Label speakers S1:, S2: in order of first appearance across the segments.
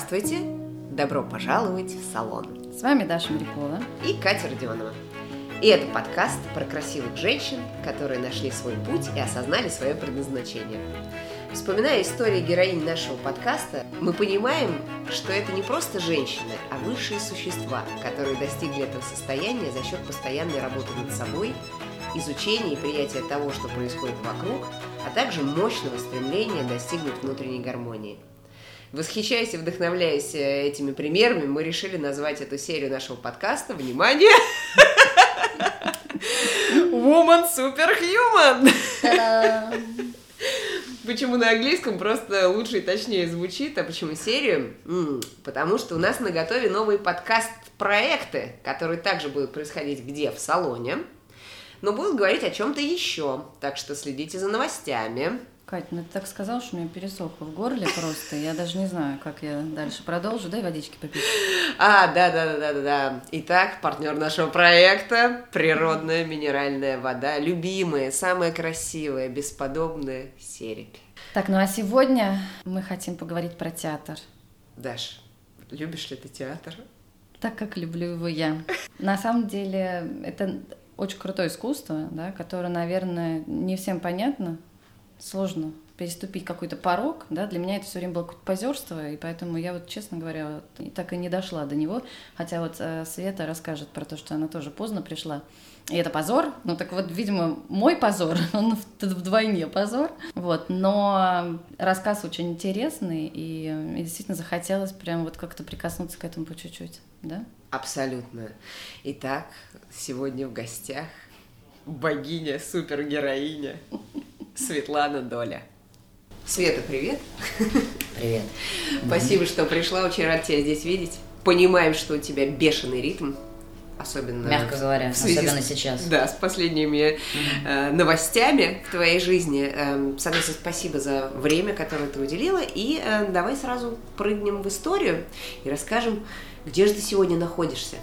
S1: Здравствуйте! Добро пожаловать в салон.
S2: С вами Даша Морякова
S1: И Катя Родионова. И это подкаст про красивых женщин, которые нашли свой путь и осознали свое предназначение. Вспоминая истории героинь нашего подкаста, мы понимаем, что это не просто женщины, а высшие существа, которые достигли этого состояния за счет постоянной работы над собой, изучения и приятия того, что происходит вокруг, а также мощного стремления достигнуть внутренней гармонии. Восхищаясь и вдохновляясь этими примерами, мы решили назвать эту серию нашего подкаста, внимание, Woman Superhuman. Почему на английском просто лучше и точнее звучит, а почему серию? Потому что у нас наготове новые подкаст-проекты, которые также будут происходить где? В салоне, но будут говорить о чем-то еще, так что следите за новостями.
S2: Кать, ну ты так сказал, что у меня пересохло в горле просто. Я даже не знаю, как я дальше продолжу. Дай водички попить.
S1: Да. Итак, партнер нашего проекта – природная минеральная вода. Любимая, самая красивая, бесподобная серепь.
S2: Так, ну а сегодня мы хотим поговорить про театр.
S1: Даш, любишь ли ты театр?
S2: Так, как люблю его я. На самом деле, это очень крутое искусство, да, которое, наверное, не всем понятно. Сложно переступить какой-то порог, да, для меня это все время было какое-то позерство, и поэтому я вот, честно говоря, так и не дошла до него, хотя вот Света расскажет про то, что она тоже поздно пришла, и это позор, ну так вот, видимо, мой позор, он вдвойне позор, вот, но рассказ очень интересный, и действительно захотелось прям вот как-то прикоснуться к этому по чуть-чуть, да?
S1: Абсолютно. Итак, сегодня в гостях богиня, супергероиня Светлана Доля. Света, привет.
S3: Привет.
S1: Спасибо, что пришла. Очень рад тебя здесь видеть. Понимаем, что у тебя бешеный ритм, особенно...
S3: Мягко говоря, особенно сейчас.
S1: Да, с последними новостями в твоей жизни. Соответственно, спасибо за время, которое ты уделила. И давай сразу прыгнем в историю и расскажем, где же ты сегодня находишься.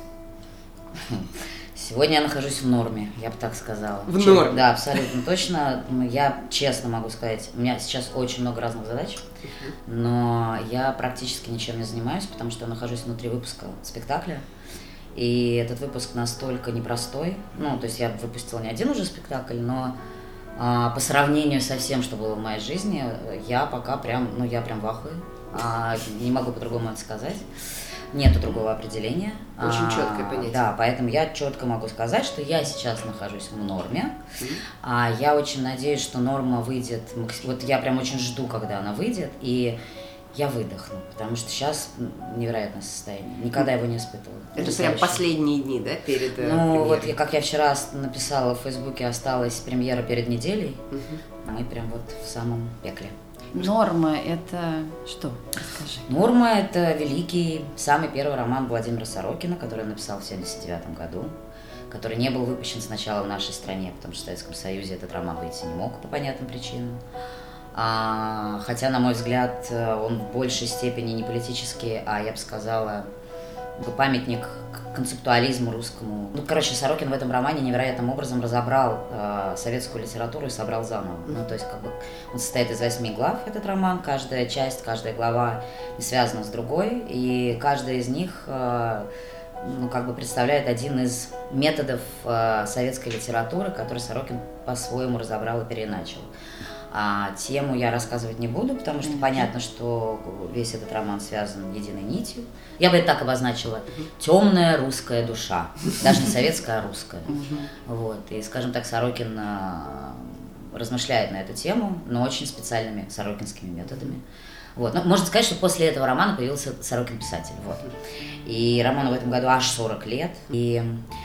S3: Сегодня я нахожусь в норме, я бы так сказала.
S1: В норме?
S3: Да, абсолютно точно. Я честно могу сказать, у меня сейчас очень много разных задач, но я практически ничем не занимаюсь, потому что я нахожусь внутри выпуска спектакля. И этот выпуск настолько непростой. Ну, то есть я выпустила не один уже спектакль, но по сравнению со всем, что было в моей жизни, я пока прям в ахуе. Не могу по-другому это сказать. Нету другого определения.
S1: Очень четкое понятие.
S3: Да, поэтому я четко могу сказать, что я сейчас нахожусь в норме. Я очень надеюсь, что норма выйдет. Вот я прям очень жду, когда она выйдет, и я выдохну, потому что сейчас невероятное состояние. Никогда его не испытывала.
S1: Это прям последние дни, да, перед премьерой?
S3: Вот, как я вчера написала в Фейсбуке, осталась премьера перед неделей. Мы прям вот в самом пекле.
S2: Норма – это что? Расскажи.
S3: «Норма» – это великий, самый первый роман Владимира Сорокина, который он написал в 1979 году, который не был выпущен сначала в нашей стране, потому что в Советском Союзе этот роман выйти не мог по понятным причинам. Хотя, на мой взгляд, он в большей степени не политический, а, я бы сказала, памятник концептуализму русскому. Сорокин в этом романе невероятным образом разобрал советскую литературу и собрал заново. То есть, он состоит из 8 глав, этот роман, каждая часть, каждая глава не связана с другой, и каждая из них представляет один из методов советской литературы, который Сорокин по-своему разобрал и переначал. Тему я рассказывать не буду, потому что понятно, что весь этот роман связан единой нитью. Я бы это так обозначила. Темная русская душа. Даже не советская, а русская. Вот. И, скажем так, Сорокин размышляет на эту тему, но очень специальными сорокинскими методами. Вот. Можно сказать, что после этого романа появился Сорокин-писатель. Вот. И роману в этом году аж 40 лет. И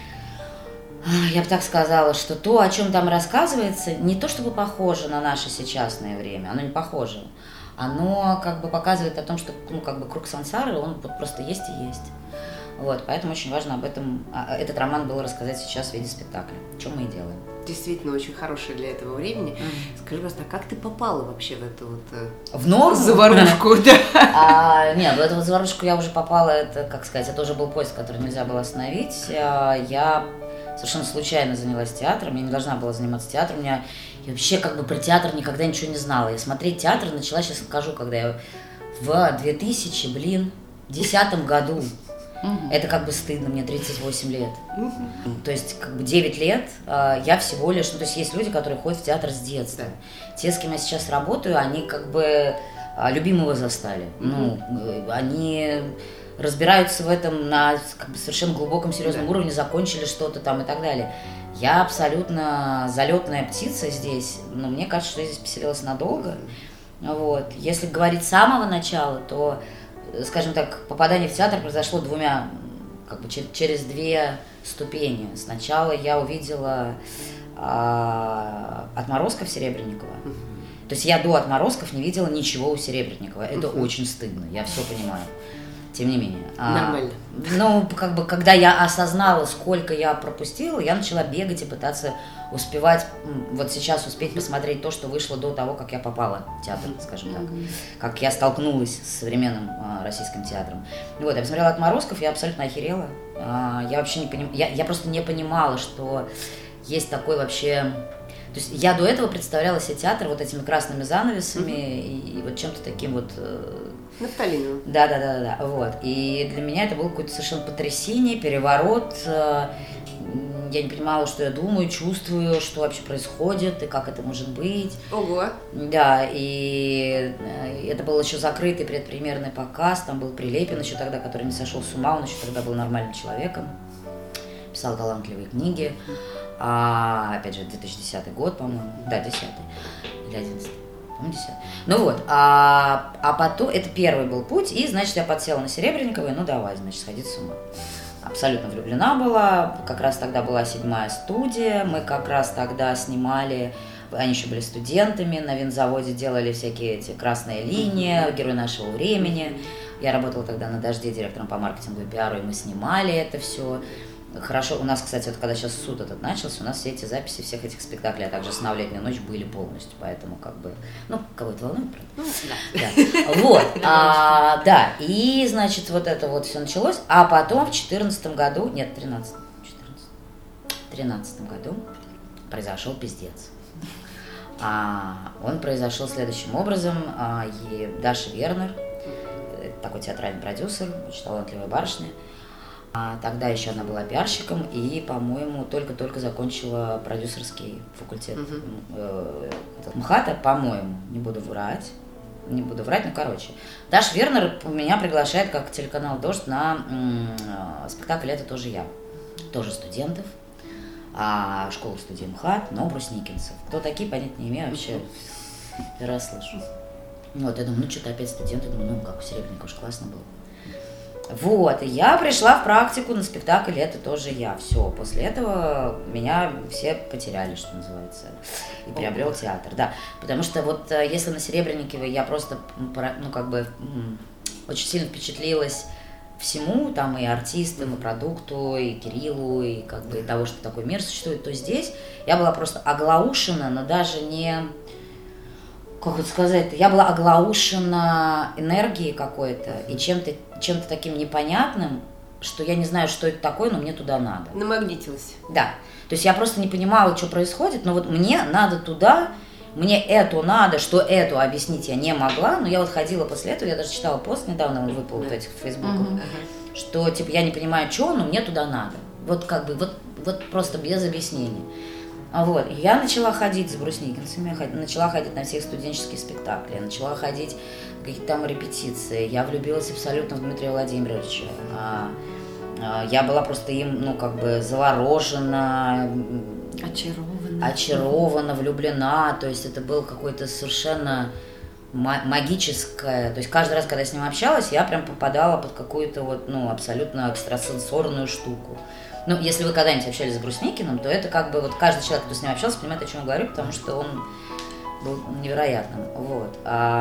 S3: я бы так сказала, что то, о чем там рассказывается, не то чтобы похоже на наше сейчасное время, оно не похоже. Оно показывает о том, что круг сансары, он просто есть и есть. Вот, поэтому очень важно об этом, этот роман было рассказать сейчас в виде спектакля, что мы и делаем.
S1: Действительно, очень хорошее для этого времени. Скажи, просто, а как ты попала вообще в эту вот
S3: в норму?
S1: Заварушку?
S3: Нет, в эту вот заварушку я уже попала, это уже был поезд, который нельзя было остановить. Я совершенно случайно занялась театром, я не должна была заниматься театром, я вообще про театр никогда ничего не знала. Я смотреть театр начала, сейчас скажу, когда я в 2000, 2010 году. Это как бы стыдно, мне 38 лет. То есть как бы 9 лет я всего лишь... Ну, то есть есть люди, которые ходят в театр с детства. Те, с кем я сейчас работаю, они как бы любимого застали. Ну, они разбираются в этом на как бы совершенно глубоком, серьезном уровне, закончили что-то там и так далее. Я абсолютно залетная птица здесь, но мне кажется, что я здесь поселилась надолго. Вот. Если говорить с самого начала, то, скажем так, попадание в театр произошло как бы через две ступени. Сначала я увидела «Отморозков» Серебренникова. То есть я до «Отморозков» не видела ничего у Серебренникова. Это очень стыдно, я все понимаю. Тем не менее.
S1: Нормально.
S3: Ну, как бы, когда я осознала, сколько я пропустила, я начала бегать и пытаться успевать, вот сейчас успеть посмотреть то, что вышло до того, как я попала в театр, скажем так. Как я столкнулась с современным российским театром. Вот, я посмотрела «Отморозков», я абсолютно охерела. Я вообще не понимала, я просто не понимала, что есть такой вообще... То есть я до этого представляла себе театр вот этими красными занавесами и вот чем-то таким вот...
S1: Нафталиновым.
S3: Да, вот. И для меня это было какое-то совершенно потрясение, переворот. Я не понимала, что я думаю, чувствую, что вообще происходит и как это может быть.
S1: Ого!
S3: Да, и это был еще закрытый предпремьерный показ, там был Прилепин еще тогда, который не сошел с ума, он еще тогда был нормальным человеком, писал талантливые книги. Опять же, 2010 год, по-моему, да, 10-й или 11-й. 10. Ну вот, а потом, это первый был путь, и, значит, я подсела на Серебренникова, и ну давай, значит, сходить с ума. Абсолютно влюблена была, как раз тогда была 7-я студия, мы как раз тогда снимали, они еще были студентами, на винзаводе делали всякие эти красные линии, герой нашего времени. Я работала тогда на «Дожде» директором по маркетингу и пиару, и мы снимали это все. Хорошо, у нас, кстати, вот когда сейчас суд этот начался, у нас все эти записи всех этих спектаклей, а также «Становлетняя ночь» были полностью, поэтому как бы, ну, кого это волнует, правда?
S1: Ну,
S3: да. Вот, да, и, значит, вот это вот все началось, а потом в 13 году году произошел пиздец. Он произошел следующим образом, Даша Вернер, такой театральный продюсер, очень талантливая барышня. Тогда еще она была пиарщиком и, по-моему, только-только закончила продюсерский факультет МХАТа, по-моему, не буду врать, ну, короче. Даша Вернер меня приглашает как телеканал «Дождь» на спектакль «Это тоже я». Тоже студентов, школа студии МХАТ, но Брусникинцев. Кто такие, понять не имею, вообще раз слышу. Вот, я думаю, ну что-то опять студенты, думаю, ну как у Серебренникова уж классно было. Вот, и я пришла в практику на спектакль «Это тоже я». Все, после этого меня все потеряли, что называется, и приобрел театр, да. Потому что вот если на Серебренникове я просто, ну, как бы, очень сильно впечатлилась всему, там и артистам, и продукту, и Кириллу, и как бы и того, что такой мир существует, то здесь я была просто оглаушена, но даже не... Как это сказать-то? Я была оглаушена энергией какой-то и чем-то таким непонятным, что я не знаю, что это такое, но мне туда надо.
S1: Намагнитилась.
S3: Да. То есть я просто не понимала, что происходит, но вот мне надо туда, мне эту надо, что эту объяснить я не могла, но я вот ходила после этого, я даже читала пост недавно, он выпал вот этих в Фейсбуках, что типа я не понимаю, что, но мне туда надо. Вот как бы, вот просто без объяснений. Вот, я начала ходить с брусникинцами, начала ходить на все студенческие спектакли, начала ходить на какие-то там репетиции. Я влюбилась абсолютно в Дмитрия Владимировича. Я была просто им, ну, как бы заворожена, очарована, влюблена. То есть это было какое-то совершенно магическое. То есть каждый раз, когда я с ним общалась, я прям попадала под какую-то вот, ну, абсолютно экстрасенсорную штуку. Ну, если вы когда-нибудь общались с Брусникиным, то это как бы вот каждый человек, кто с ним общался, понимает, о чем я говорю, потому что он был невероятным. Вот.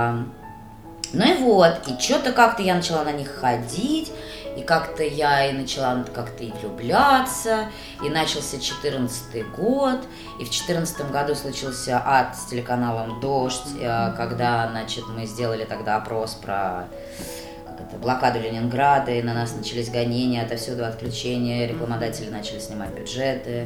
S3: Ну и вот, и что-то как-то я начала на них ходить, и как-то я и начала как-то и влюбляться, и начался 14-й год, и в 14-м году случился ад с телеканалом «Дождь», когда, значит, мы сделали тогда опрос про блокаду Ленинграда, и на нас начались гонения, отовсюду отключения, рекламодатели начали снимать бюджеты,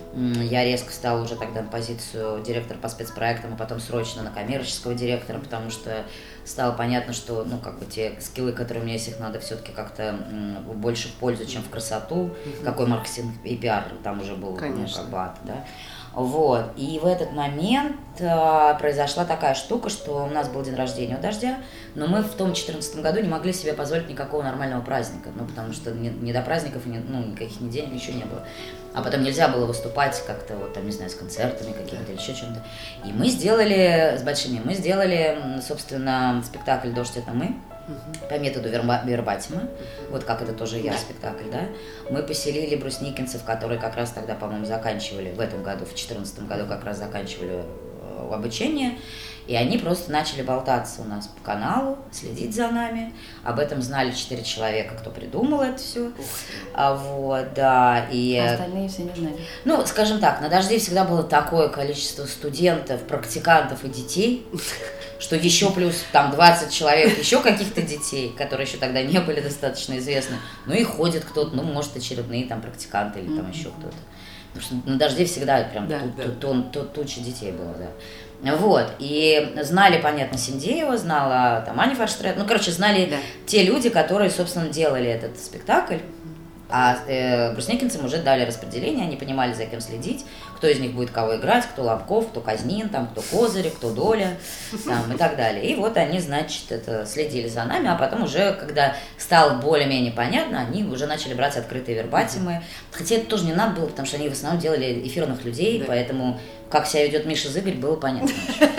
S3: Я резко стала уже тогда на позицию директора по спецпроектам, и потом срочно на коммерческого директора, потому что стало понятно, что, ну, как бы те скиллы, которые у меня есть, их надо все-таки как-то больше в пользу, чем в красоту. Какой маркетинг и пиар там уже был, ну, как бы ад, да. Вот, и в этот момент произошла такая штука, что у нас был день рождения у Дождя, но мы в том 2014 году не могли себе позволить никакого нормального праздника, ну, потому что не до праздников, никаких ни денег, ничего не было. А потом нельзя было выступать как-то, вот там, не знаю, с концертами какими-то или еще чем-то. И мы сделали, собственно, спектакль «Дождь — это мы», по методу вербатима, вот как это тоже я спектакль, да, мы поселили брусникинцев, которые как раз тогда, по-моему, заканчивали в этом году, в 2014 году как раз заканчивали обучение, и они просто начали болтаться у нас по каналу, следить за нами, об этом знали 4 человека, кто придумал это все, вот, да, и...
S2: Остальные все не знали.
S3: Ну, скажем так, на «Дожде» всегда было такое количество студентов, практикантов и детей, что еще плюс там 20 человек, еще каких-то детей, которые еще тогда не были достаточно известны. Ну и ходит кто-то, ну, может, очередные там практиканты или там еще кто-то. Потому что на «Дожде» всегда прям туча детей было, да. Вот, и знали, понятно, Синдеева, знала там Аня Форштрет, ну, короче, знали те люди, которые, собственно, делали этот спектакль. А брусникинцам уже дали распределение, они понимали, за кем следить, кто из них будет кого играть, кто Лобков, кто Казнин, там, кто Козырев, кто Доля, там, и так далее. И вот они, значит, это следили за нами, а потом уже, когда стало более-менее понятно, они уже начали брать открытые вербатимы. Хотя это тоже не надо было, потому что они в основном делали эфирных людей, поэтому как себя ведет Миша Зыгорь, было понятно.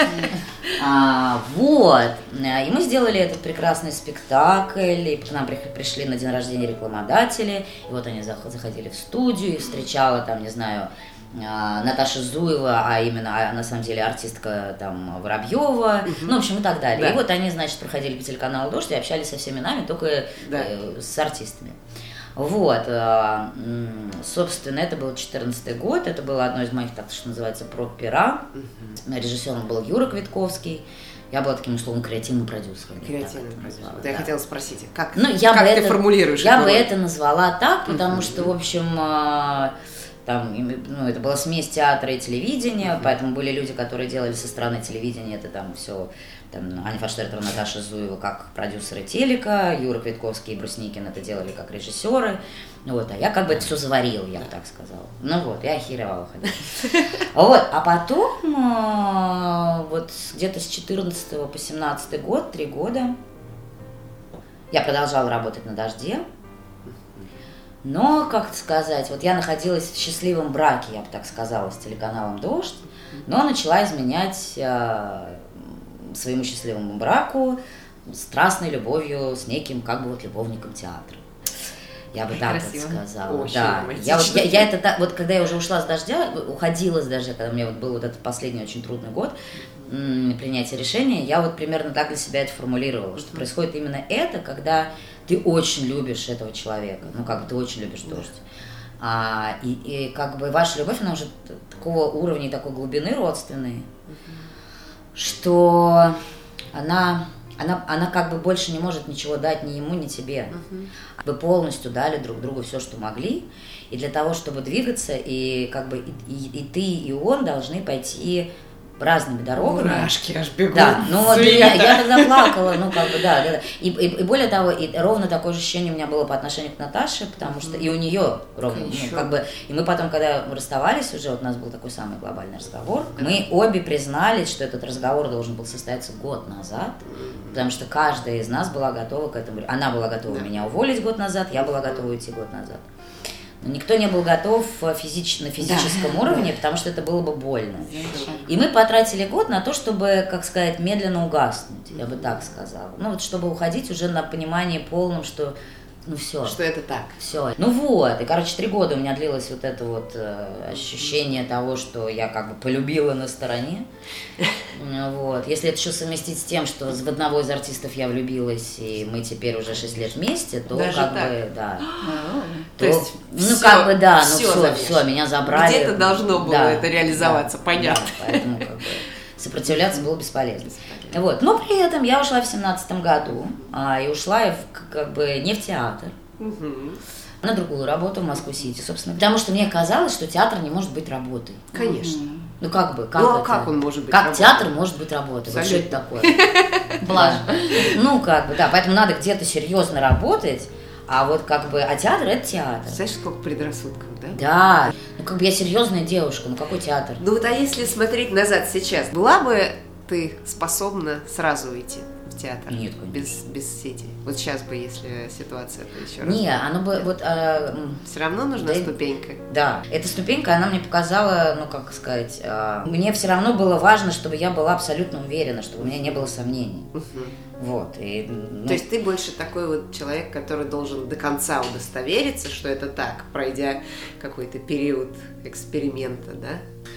S3: Вот, и мы сделали этот прекрасный спектакль, и к нам пришли на день рождения рекламодатели, и вот они заходили в студию, и встречала там, не знаю, Наташа Зуева, а именно, на самом деле, артистка там Воробьева, ну, в общем, и так далее. И вот они, значит, проходили по телеканалу «Дождь» и общались со всеми нами, только с артистами. Вот, собственно, это был 2014 год, это было одно из моих, так что называется, проб пера. Режиссером был Юра Квитковский. Я была таким, условно, креативным продюсером.
S1: Креативным продюсером. Вот я хотела спросить, как
S3: ты
S1: формулируешь?
S3: Я бы это назвала так, потому что, в общем, там, ну, это была смесь театра и телевидения, поэтому были люди, которые делали со стороны телевидения, это там все, там, Аня Форштеттер, Наташа Зуева как продюсеры телека, Юра Квитковский и Брусникин это делали как режиссеры, вот, а я как бы это все заварила, я бы так сказала. Ну вот, я охеревала ходить. Вот, а потом, вот где-то с 14 по 17 год, 3 года, я продолжала работать на «Дожде». Но, как сказать, вот я находилась в счастливом браке, я бы так сказала, с телеканалом «Дождь», но начала изменять своему счастливому браку страстной любовью с неким, как бы, вот любовником театра. Я бы так вот сказала.
S1: Очень
S3: да. Я это так, вот когда я уже ушла с «Дождя», уходила с «Дождя», когда у меня вот был вот этот последний очень трудный год принятия решения, я вот примерно так для себя это формулировала, что происходит именно это, когда ты очень любишь этого человека, ну как бы ты очень любишь «Дождь». И как бы ваша любовь, она уже такого уровня и такой глубины родственной, что она как бы больше не может ничего дать ни ему, ни тебе. Вы полностью дали друг другу все, что могли, и для того, чтобы двигаться, и как бы и ты, и он должны пойти разными дорогами.
S1: Мурашки аж бегут.
S3: Да, ну я тогда плакала, ну как бы да. И более того, и ровно такое же ощущение у меня было по отношению к Наташе, потому что и у нее ровно, ну, как бы, и мы потом, когда расставались уже, вот у нас был такой самый глобальный разговор, мы обе признались, что этот разговор должен был состояться год назад, потому что каждая из нас была готова к этому. Она была готова меня уволить год назад, я была готова уйти год назад. Но никто не был готов на физическом уровне, потому что это было бы больно. И мы потратили год на то, чтобы, как сказать, медленно угаснуть, я бы так сказала. Ну вот чтобы уходить уже на понимание полном, что ну все.
S1: Что это так.
S3: Все. Ну вот, и, короче, 3 года у меня длилось вот это вот ощущение того, что я как бы полюбила на стороне. Вот. Если это еще совместить с тем, что в одного из артистов я влюбилась, и мы теперь уже 6 лет вместе, то даже как так? Бы, да.
S1: То есть,
S3: ну все, как бы, да, ну все, меня забрали.
S1: Где-то должно было это реализоваться, понятно.
S3: Да, поэтому как бы сопротивляться было бесполезно. Вот. Но при этом я ушла в 2017 году, и ушла как бы не в театр, на другую работу в Москву-Сити, собственно. Потому что мне казалось, что театр не может быть работой.
S1: Конечно.
S3: Ну как бы,
S1: как он может быть
S3: как
S1: работой?
S3: театр может быть работой? Вот что это такое?
S2: Блажь.
S3: Ну как бы, да, поэтому надо где-то серьезно работать, а вот как бы, а театр это театр.
S1: Знаешь, сколько предрассудков, да?
S3: Да, ну как бы я серьезная девушка, ну какой театр?
S1: Ну вот, а если смотреть назад сейчас, была бы ты способна сразу уйти в театр?
S3: Нет,
S1: без сети. Вот сейчас бы, если ситуация бы еще раз.
S3: Не, оно бы вот...
S1: Все равно нужна ступенька.
S3: Да, эта ступенька, она мне показала, ну как сказать, мне все равно было важно, чтобы я была абсолютно уверена, чтобы у меня не было сомнений. Вот. И,
S1: То есть ты больше такой вот человек, который должен до конца удостовериться, что это так, пройдя какой-то период эксперимента, да?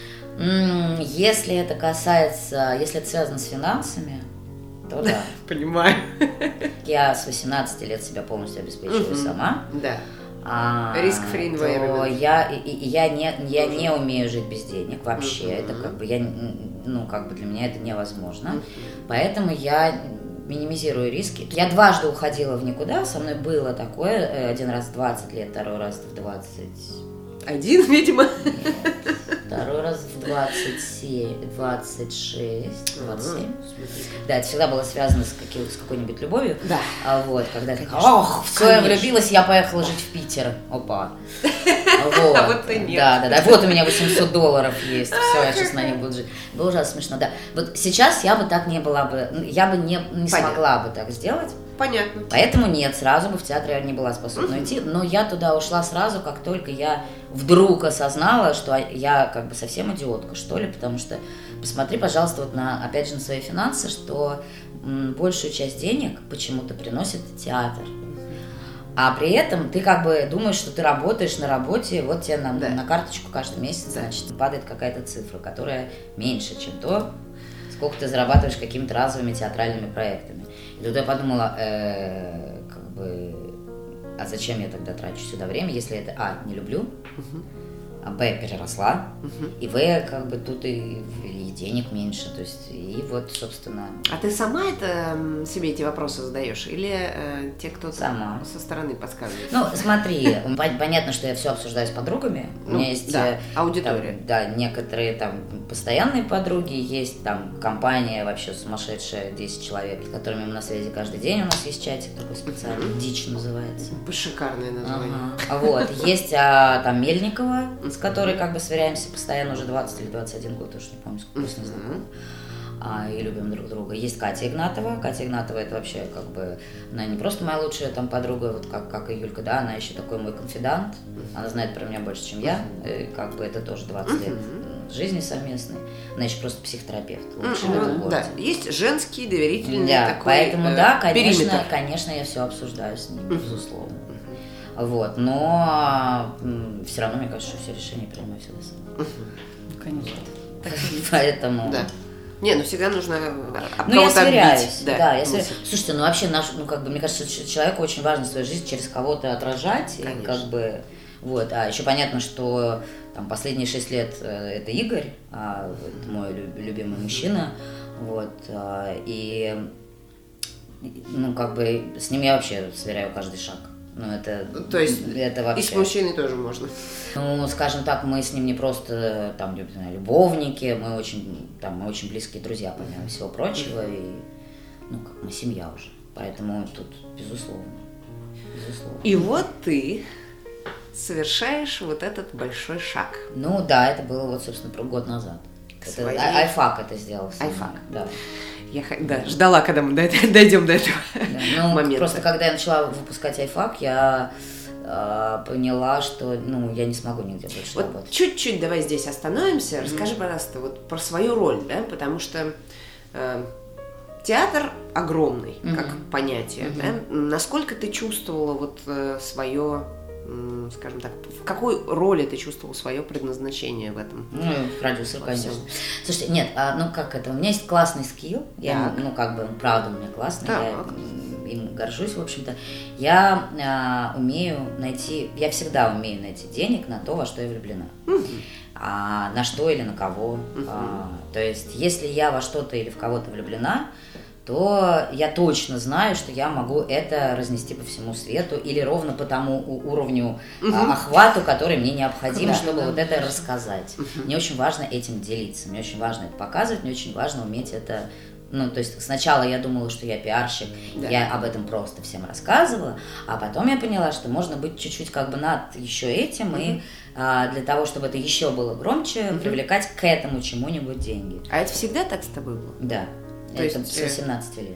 S3: Если это касается, если это связано с финансами, то да.
S1: Понимаю.
S3: Я с 18 лет себя полностью обеспечиваю сама.
S1: Да. Risk-free environment.
S3: Я не умею жить без денег вообще. Это как бы ну как бы для меня это невозможно. Поэтому я минимизирую риски. Я дважды уходила в никуда. Со мной было такое. Один раз в 20 лет, второй раз в 20.
S1: Один, видимо.
S3: Второй раз в 27, 26, 27. Да, это всегда было связано с какой-нибудь любовью.
S1: Да.
S3: Вот, когда ты все, я влюбилась, я поехала жить в Питер. Опа. Вот.
S1: А вот и нет.
S3: Да. Вот у меня $800 есть. Все, я сейчас на них буду жить. Было ужасно смешно, да. Вот сейчас я бы так не была бы, я бы не смогла бы так сделать.
S1: Понятно.
S3: Поэтому нет, сразу бы в театр я не была способна идти, но я туда ушла сразу, как только я вдруг осознала, что я как бы совсем идиотка, что ли, потому что посмотри, пожалуйста, вот опять же на свои финансы, что большую часть денег почему-то приносит театр. А при этом ты как бы думаешь, что ты работаешь на работе, вот тебе на карточку каждый месяц, значит, падает какая-то цифра, которая меньше, чем то, сколько ты зарабатываешь какими-то разовыми театральными проектами. И тут я подумала, как бы, а зачем я тогда трачу сюда время, если это, не люблю, а б, переросла, и в, как бы, тут и денег меньше, то есть, и вот, собственно...
S1: А ты сама это себе эти вопросы задаешь, или те, кто
S3: сама
S1: со стороны подсказывает?
S3: Ну, смотри, понятно, что я все обсуждаю с подругами, у меня есть...
S1: аудитория.
S3: Там, да, некоторые там постоянные подруги, есть там компания вообще сумасшедшая, 10 человек, с которыми мы на связи каждый день, у нас есть чатик такой специальный, «Дичь» называется.
S1: Шикарное название.
S3: Вот, есть там Мельникова, с которой как бы сверяемся постоянно уже 20 или 21 год, уж не помню, сколько мы с ней знакомы. И любим друг друга. Есть Катя Игнатова. Катя Игнатова это вообще как бы, она не просто моя лучшая там подруга, вот как и Юлька, да, она еще такой мой конфидант. Она знает про меня больше, чем я. И как бы это тоже 20 лет жизни совместной. Она еще просто психотерапевт. Лучший в этом городе.
S1: Да, есть женский, доверительный такой
S3: поэтому, да,
S1: периметр.
S3: конечно, я все обсуждаю с ним, безусловно. Вот, но все равно, мне кажется, что все решения принимаю всегда сама.
S2: Конечно.
S3: Поэтому...
S1: Да. Не, ну всегда нужно
S3: я сверяюсь.
S1: Да,
S3: я сверяюсь. Слушайте, ну вообще как бы, мне кажется, человеку очень важно свою жизнь через кого-то отражать. И, как бы, вот. А еще понятно, что там последние 6 лет это Игорь, это мой любимый мужчина. Вот. И ну, как бы с ним я вообще сверяю каждый шаг. Ну, это,
S1: то есть
S3: это вообще...
S1: и с мужчиной тоже можно.
S3: Ну, скажем так, мы с ним не просто там любовники, мы очень близкие друзья, помимо всего прочего, и ну, как мы семья уже. Поэтому тут безусловно.
S1: И вот ты совершаешь вот этот большой шаг.
S3: Ну да, это было вот, собственно, год назад. Айфак это сделал.
S1: Айфак.
S3: Да.
S1: Я ждала, когда мы дойдем до этого момента.
S3: Просто когда я начала выпускать Айфак, я поняла, что я не смогу нигде больше работать.
S1: Чуть-чуть давай здесь остановимся. Расскажи, пожалуйста, вот про свою роль, да, потому что театр огромный, как понятие, да? Насколько ты чувствовала вот свое, скажем так, в какой роли ты чувствовала свое предназначение в этом?
S3: Продюсер, конечно. Слушайте, нет, как это, у меня есть классный скилл, правда у меня классный, я им горжусь, в общем-то. Я всегда умею найти денег на то, во что я влюблена. На что или на кого. То есть, если я во что-то или в кого-то влюблена, то я точно знаю, что я могу это разнести по всему свету или ровно по тому уровню охвату, который мне необходим, чтобы вот это рассказать. Мне очень важно этим делиться, мне очень важно это показывать, мне очень важно уметь это... Ну, то есть сначала я думала, что я пиарщик, я об этом просто всем рассказывала, а потом я поняла, что можно быть чуть-чуть как бы над еще этим, и для того, чтобы это еще было громче, привлекать к этому чему-нибудь деньги.
S1: А это всегда так с тобой было?
S3: Да,
S1: то
S3: это
S1: есть,
S3: с 18 лет.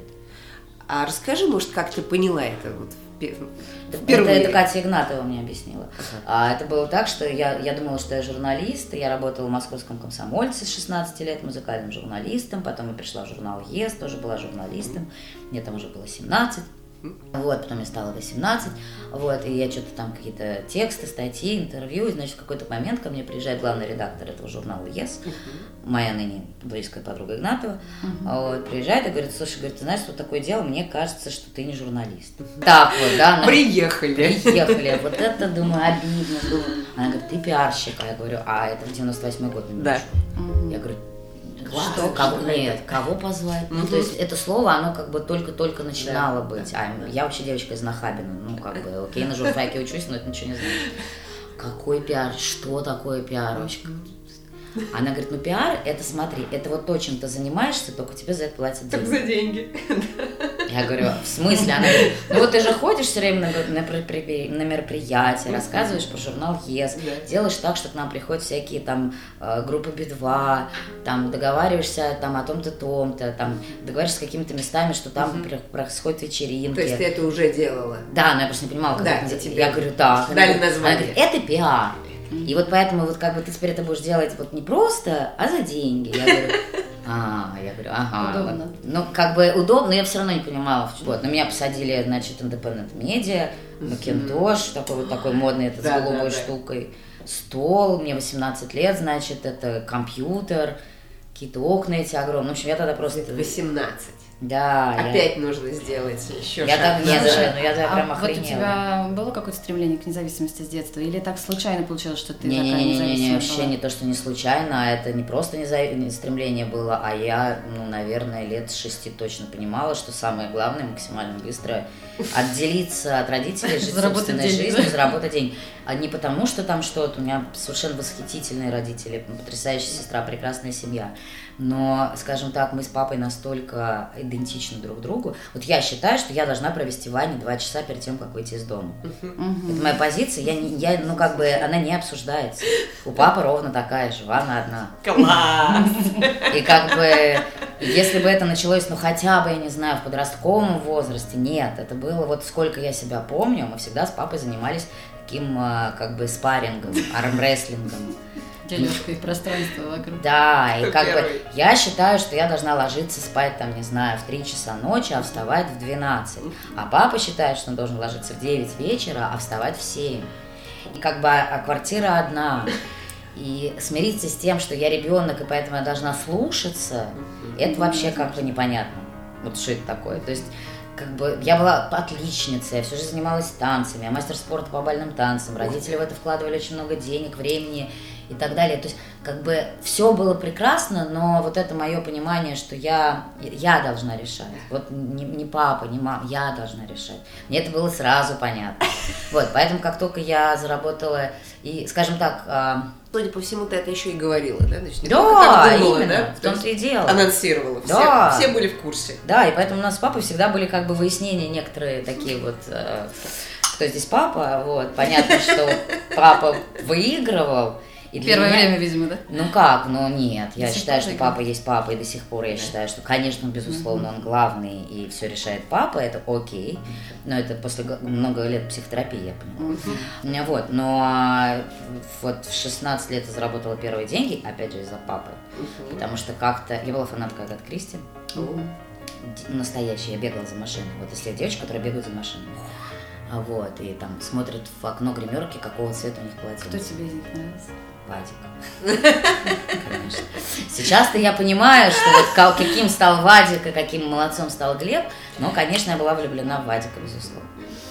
S1: А расскажи, может, как ты поняла это вот впервые?
S3: Это Катя Игнатова мне объяснила. Это было так, что я думала, что я журналист, я работала в Московском комсомольце с 16 лет музыкальным журналистом, потом я пришла в журнал ЕС, тоже была журналистом, мне там уже было 17. Вот, потом я стала 18, вот, и я что-то там какие-то тексты, статьи, интервью, и, значит, в какой-то момент ко мне приезжает главный редактор этого журнала ЕС, моя ныне близкая подруга Игнатова, вот, приезжает и говорит: слушай, говорит, ты знаешь, что такое дело, мне кажется, что ты не журналист. Так вот, да. Приехали, вот это, думаю, обидно, думаю. Она говорит: ты пиарщик, а я говорю: а это в 98-й год,
S1: да.
S3: Я говорю: что? Кого позвать? Ну, то есть это слово, оно как бы только-только начинало быть. А я вообще девочка из Нахабина. Ну, как бы, окей, на журфаке учусь, но это ничего не значит. Какой пиар? Что такое пиар? Она говорит: ну, пиар, это смотри, это вот то, чем ты занимаешься, только тебе за это платят деньги.
S1: Только за деньги.
S3: Я говорю: в смысле? Она говорит: ну вот ты же ходишь все время на мероприятия, рассказываешь про журнал ЕС, делаешь так, что к нам приходят всякие там группы Би-2, там договариваешься там о том-то, том-то, там договариваешься с какими-то местами, что там происходят вечеринки.
S1: То есть ты это уже делала?
S3: Да, но я просто не понимала, как это. Я говорю: да.
S1: Дали название.
S3: Она говорит: это пиар. И вот поэтому вот как бы ты теперь это будешь делать вот не просто, а за деньги. Я говорю: ага.
S2: Удобно.
S3: Ну, как бы удобно, но я все равно не понимала. Вот, на меня посадили, значит, Independent Media, Macintosh, такой модный, это с голубой штукой, стол, мне 18 лет, значит, это компьютер, какие-то окна эти огромные. В общем, я тогда просто...
S1: 18.
S3: Да.
S1: Опять нужно сделать еще
S3: шаг. Я прям охренела.
S2: Вот у тебя было какое-то стремление к независимости с детства? Или так случайно получилось, что ты такая независимая
S3: Не,
S2: была?
S3: вообще не то, что не случайно, а это не просто стремление было, а я, наверное, лет с 6 точно понимала, что самое главное максимально быстро отделиться от родителей, жить собственной жизнью, заработать деньги. А не потому, что там что-то, у меня совершенно восхитительные родители, потрясающая сестра, прекрасная семья. Но, скажем так, мы с папой настолько идентичны друг другу. Вот я считаю, что я должна провести в ванне 2 часа перед тем, как выйти из дома. Это моя позиция, ну как бы она не обсуждается. У папы ровно такая же, ванна одна.
S1: Класс!
S3: И как бы, если бы это началось, ну хотя бы, я не знаю, в подростковом возрасте, нет. Это было вот сколько я себя помню, мы всегда с папой занимались таким как бы спаррингом, армрестлингом.
S2: Дележкой пространства вокруг.
S3: Да, и как бы я считаю, что я должна ложиться спать там, не знаю, в 3 часа ночи, а вставать в 12. А папа считает, что он должен ложиться в 9 вечера, а вставать в 7. И как бы квартира одна. И смириться с тем, что я ребенок, и поэтому я должна слушаться, это вообще как бы непонятно. Вот что это такое. То есть как бы я была отличницей, я всю жизнь занималась танцами, я мастер спорта по бальным танцам, родители в это вкладывали очень много денег, времени и так далее. То есть как бы все было прекрасно, но вот это мое понимание, что я должна решать. Вот не папа, не мама, я должна решать. Мне это было сразу понятно. Вот, поэтому как только я заработала и, скажем так...
S1: Судя по всему, ты это еще и говорила, да? Значит, не
S3: да,
S1: думала,
S3: именно,
S1: да?
S3: В том-то и дело.
S1: Анонсировала,
S3: да.
S1: Все были в курсе.
S3: Да, и поэтому у нас с папой всегда были как бы выяснения некоторые такие вот, кто здесь папа, вот, понятно, что папа выигрывал. И
S2: Первое время, видимо, да?
S3: Ну как, ну нет, я считаю, что папа есть папа, и до сих пор я считаю, что, конечно, безусловно, он главный, и все решает папа, это окей, но это после много лет психотерапии, я поняла. Вот, но вот в 16 лет я заработала первые деньги, опять же, из-за папы, потому что как-то, я была фанаткой Агаты Кристи, настоящая, я бегала за машиной, вот если я девочка, которая бегает за машиной. Вот, и там смотрят в окно гримерки, какого цвета у них платье.
S2: Кто тебе из них нравится?
S3: Вадик. Конечно. Сейчас-то я понимаю, что вот каким стал Вадик и каким молодцом стал Глеб, но, конечно, я была влюблена в Вадика, безусловно.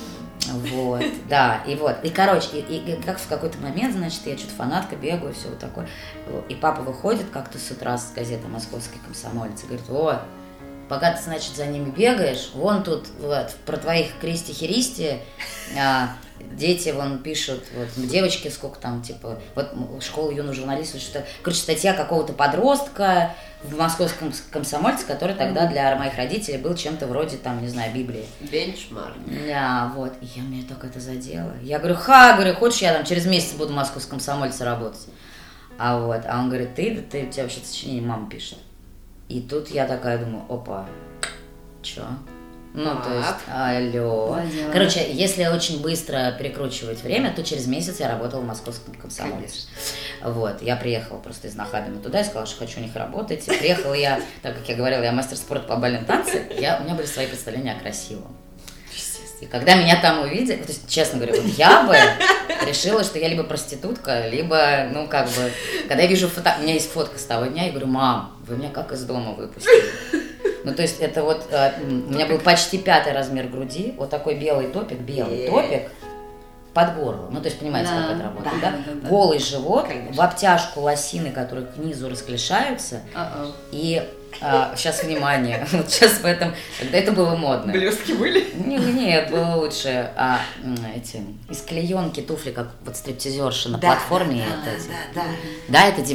S3: Вот, да, и вот. И, короче, и как в какой-то момент, значит, я что-то фанатка, бегаю, все вот такое. И папа выходит как-то с утра с газеты «Московский комсомолец» и говорит: вот, пока ты, значит, за ними бегаешь, вон тут вот, про твоих Кристи-Хиристи дети вон пишут, вот, девочки сколько там, типа, вот школа юных журналистов, что-то, короче, статья какого-то подростка в московском комсомольце, который тогда для моих родителей был чем-то вроде, там, не знаю, Библии.
S1: Бенчмарк.
S3: Да, вот, и меня так это задело. Я говорю, хочешь, я там через месяц буду в московском комсомольце работать? А он говорит, ты у тебя вообще сочинение мама пишет. И тут я такая думаю, опа, чё? Ну, то есть, алло. Короче, если очень быстро перекручивать время, то через месяц я работала в московском комсомольце. Вот, я приехала просто из Нахабина туда и сказала, что хочу у них работать. И приехала я, так как я говорила, я мастер спорта по бальным танцам, у меня были свои представления о красивом. И когда меня там увидели, то есть, честно говоря, вот я бы решила, что я либо проститутка, либо, ну, как бы, когда я вижу у меня есть фотка с того дня, я говорю, мам, вы меня как из дома выпустили? Ну, то есть, это вот, у меня был почти 5 размер груди, вот такой белый топик под горло. Ну, то есть, понимаете, как это работает, да? Голый живот, в обтяжку лосины, которые к низу расклешаются, и... сейчас, внимание, вот сейчас в этом, когда это было модно.
S1: Блестки были?
S3: Нет, было лучше. Эти, из клеенки туфли, как вот стриптизерши на платформе. Да, это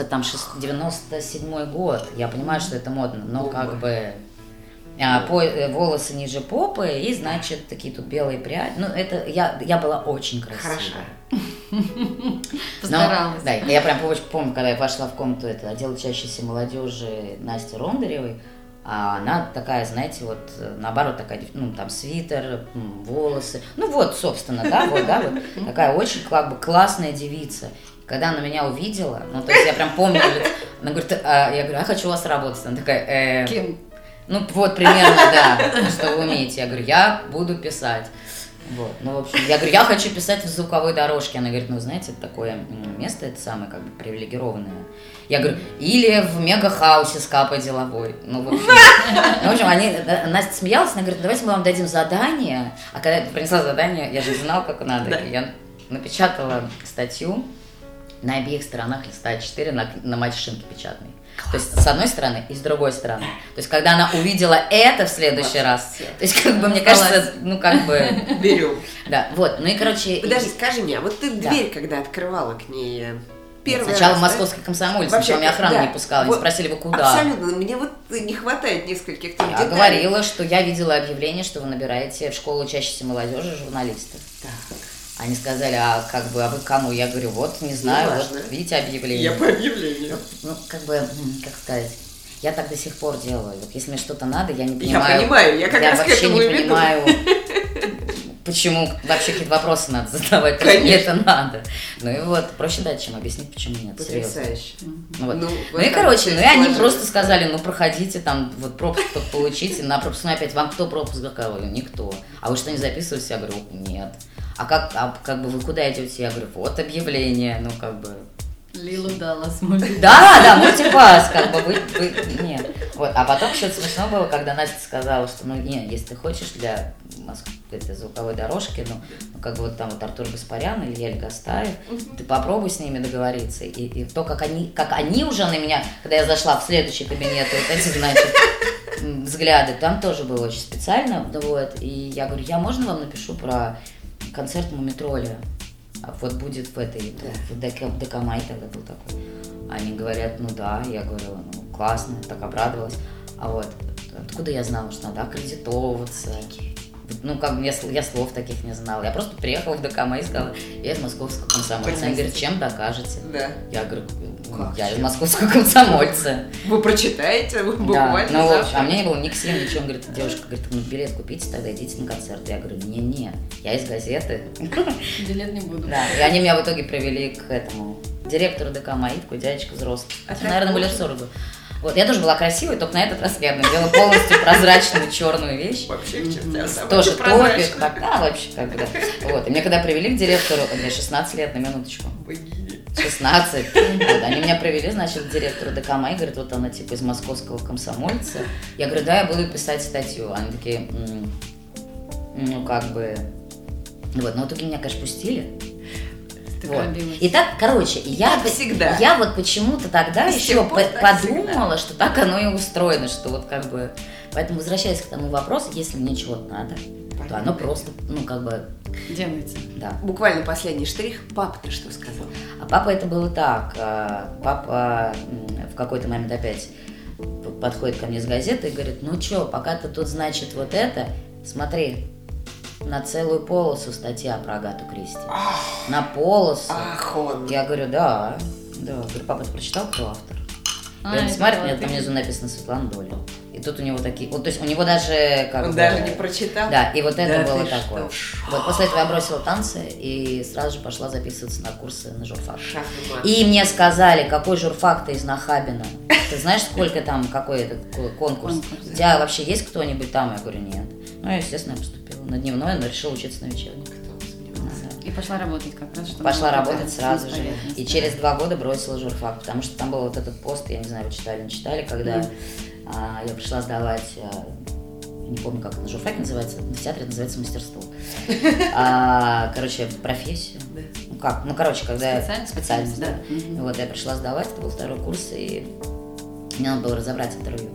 S3: 97-й год. Я понимаю, что это модно, но как бы волосы ниже попы и, значит, такие тут белые пряди. Ну, это я была очень красивая.
S1: Хорошо.
S2: Постаралась.
S3: Да, я прям помню, когда я пошла в комнату отдела учащейся молодежи Насти Рондаревой, а она такая, знаете, вот наоборот такая, ну там свитер, волосы, ну вот, собственно, да, вот такая очень как бы классная девица. Когда она меня увидела, ну то есть я прям помню, она говорит, я говорю, я хочу у вас работать, она такая,
S2: Кем?
S3: Ну вот примерно, да, что вы умеете. Я говорю, я буду писать. Вот, ну, в общем, я говорю, я хочу писать в звуковой дорожке. Она говорит, ну, знаете, это такое место, это самое, как бы, привилегированное. Я говорю, или в мегахаусе с Капой Деловой. Ну, в общем, Настя смеялась, она говорит, давайте мы вам дадим задание. А когда я принесла задание, я же не знала, как надо. Я напечатала статью на обеих сторонах листа А4 на машинке печатной. То есть с одной стороны и с другой стороны. То есть когда она увидела это в следующий раз, то есть как бы мне кажется, ну как бы...
S1: Берем.
S3: Да, вот, ну и короче...
S1: Подожди, скажи мне, а вот ты дверь когда открывала к ней...
S3: Сначала в московской комсомольце, сначала меня охрана не пускала, они спросили, вы куда?
S1: Абсолютно, мне вот не хватает нескольких там деталей.
S3: Я говорила, что я видела объявление, что вы набираете в школу учащейся молодежи журналистов.
S1: Так.
S3: Они сказали, а вы кому? Я говорю, вот, не знаю, вот, видите объявление.
S1: Я по объявлению.
S3: Ну, как бы, как сказать, я так до сих пор делаю. Вот если мне что-то надо, я не
S1: Я
S3: понимаю.
S1: понимаю, я как раз к этому и веду.
S3: Я вообще не понимаю, почему вообще какие-то вопросы надо задавать, потому что мне это надо. Ну и вот, проще дать, чем объяснить, почему нет.
S1: Потрясающе.
S3: Ну и короче, ну и они просто сказали, ну проходите там, вот пропуск получите, на пропускной опять, вам кто пропуск заказывал? Никто. А вы что, не записываетесь? Я говорю, нет. А как бы вы куда идете? Я говорю, вот объявление, ну как бы.
S2: Лилу Даллас, мультипас.
S3: Да, мультипас, как бы вы нет. Вот, а потом что-то смешно было, когда Настя сказала, что, ну, нет, если ты хочешь для этой звуковой дорожки, ну, как бы вот там вот Артур Гаспарян или Ель Гастаев, ты попробуй с ними договориться. И то, как они уже на меня, когда я зашла в следующий кабинет, вот эти, значит, взгляды, там тоже было очень специально, вот, и я говорю, можно вам напишу про концерт Мумитроля? Вот будет в этой, в ДК Май тогда был такой. Они говорят, ну да, я говорю, ну классно, так обрадовалась. А вот, откуда я знала, что надо аккредитовываться? Ну, как бы я слов таких не знала. Я просто приехала в ДК Май и сказала, я из московского комсомольца. Они говорят, чем докажете?
S1: Да.
S3: Я говорю, я из московского комсомольца.
S1: Вы прочитаете, вы буквально.
S3: Да, ну, в общем, а мне не было ни ксив, ничего. Он говорит, девушка, говорит, ну, билет купите, тогда идите на концерт. Я говорю, не, я из газеты.
S2: Билет не буду.
S3: Да, и они меня в итоге привели к этому директору ДК МАИ, такой дядечка взрослый. Наверное, были в 40. Вот, я тоже была красивой, только на этот раз я надела полностью прозрачную черную вещь.
S1: Вообще в чертях самое
S3: тоже топик, да, вообще как бы, да. Вот, и меня когда привели к директору, мне 16 лет, на минуточку. 16. Вот, они меня привели, значит, к директору ДК МАИ, говорят, вот она типа из московского комсомольца. Я говорю, да, я буду писать статью. Они такие, ну как бы, вот, но в итоге меня, конечно, пустили. Вот. И так, короче, я вот почему-то тогда еще подумала, что так оно и устроено, что вот как бы, Поэтому, возвращаясь к тому вопросу, если мне чего-то надо, то оно просто,
S2: делается.
S3: Да.
S1: Буквально последний штрих. Папа-то что сказал?
S3: А папа это было так. Папа в какой-то момент опять подходит ко мне с газетой и говорит: ну чё, пока ты тут, значит, вот это, смотри, на целую полосу статья про Агату Кристи. На полосу.
S1: Ах, он.
S3: Я говорю, да. Говорю, папа, ты прочитал, кто автор? И он смотрит, у меня там внизу написано Светлана Долина. И тут у него такие... Вот, то есть у него даже...
S1: Он даже не прочитал?
S3: Да, и вот это
S1: да
S3: было такое. Вот после этого я бросила танцы и сразу же пошла записываться на курсы на журфак. И мне сказали, какой журфак ты из Нахабина? Ты знаешь, сколько там, какой это конкурс? У тебя вообще есть кто-нибудь там? Я говорю, нет. Ну, я, естественно, я поступила на дневной, но решила учиться на вечерний.
S2: И пошла работать как раз, чтобы...
S3: Пошла работать сразу же. И через 2 года бросила журфак, потому что там был вот этот пост, я не знаю, вы читали, не читали, когда я пришла сдавать, не помню, как на журфаке называется, в театре это называется мастерство. Короче, профессию. Когда специальность, да. Вот, я пришла сдавать, это был 2-й курс, и мне надо было разобрать интервью.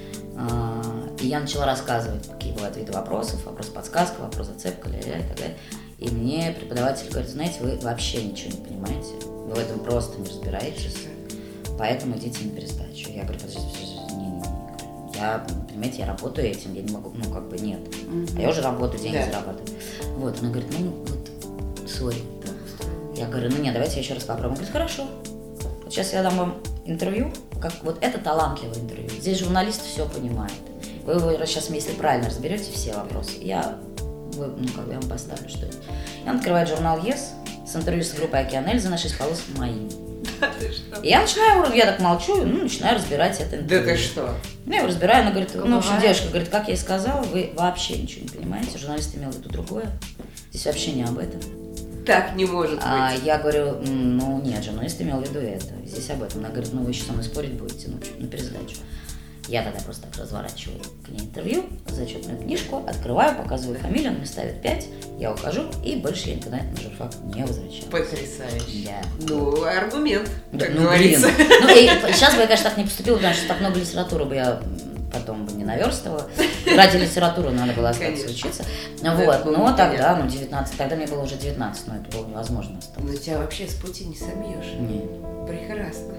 S3: И я начала рассказывать, какие бывают виды вопросов, вопрос-подсказка, вопрос-зацепка, и так далее. И мне преподаватель говорит: знаете, вы вообще ничего не понимаете, вы в этом просто не разбираетесь, поэтому идите на пересдачу. Я говорю, подождите, не. Я, понимаете, я работаю этим, я не могу, нет. А я уже работаю, деньги зарабатываю. Вот, она говорит, сори. Я говорю, нет, давайте я еще раз попробую. Он говорит, хорошо, вот сейчас я дам вам интервью, это талантливое интервью. Здесь журналист все понимает. Вы сейчас, если правильно разберете все вопросы, я вам поставлю что-нибудь. И он открывает журнал Yes с интервью с группой Океан Эльзы на 6 полос моим.
S1: Да ты что?
S3: И я так молчу, начинаю разбирать это интервью.
S1: Да ты что?
S3: Я его разбираю, она говорит, девушка говорит, как я и сказала, вы вообще ничего не понимаете, журналист имел в виду другое, здесь вообще не об этом.
S1: Так не может быть.
S3: Я говорю, нет, журналист имел в виду это, здесь об этом. Она говорит, вы еще со мной спорить будете, на пересдачу. Я тогда просто так разворачиваю к ней интервью, зачетную книжку, открываю, показываю фамилию, он мне ставит 5, я ухожу, и больше я никогда на журфак не возвращалась.
S1: Потрясающе.
S3: Да.
S1: Аргумент, как
S3: говорится.
S1: говорится.
S3: Сейчас бы я, конечно, так не поступила, потому что так много литературы бы я потом бы не наверстывала. Ради литературы надо было остаться учиться. Но тогда, 19, тогда мне было уже 19, но это было невозможно остаться.
S1: Но тебя вообще с пути не собьешь.
S3: Нет.
S1: Прекрасно.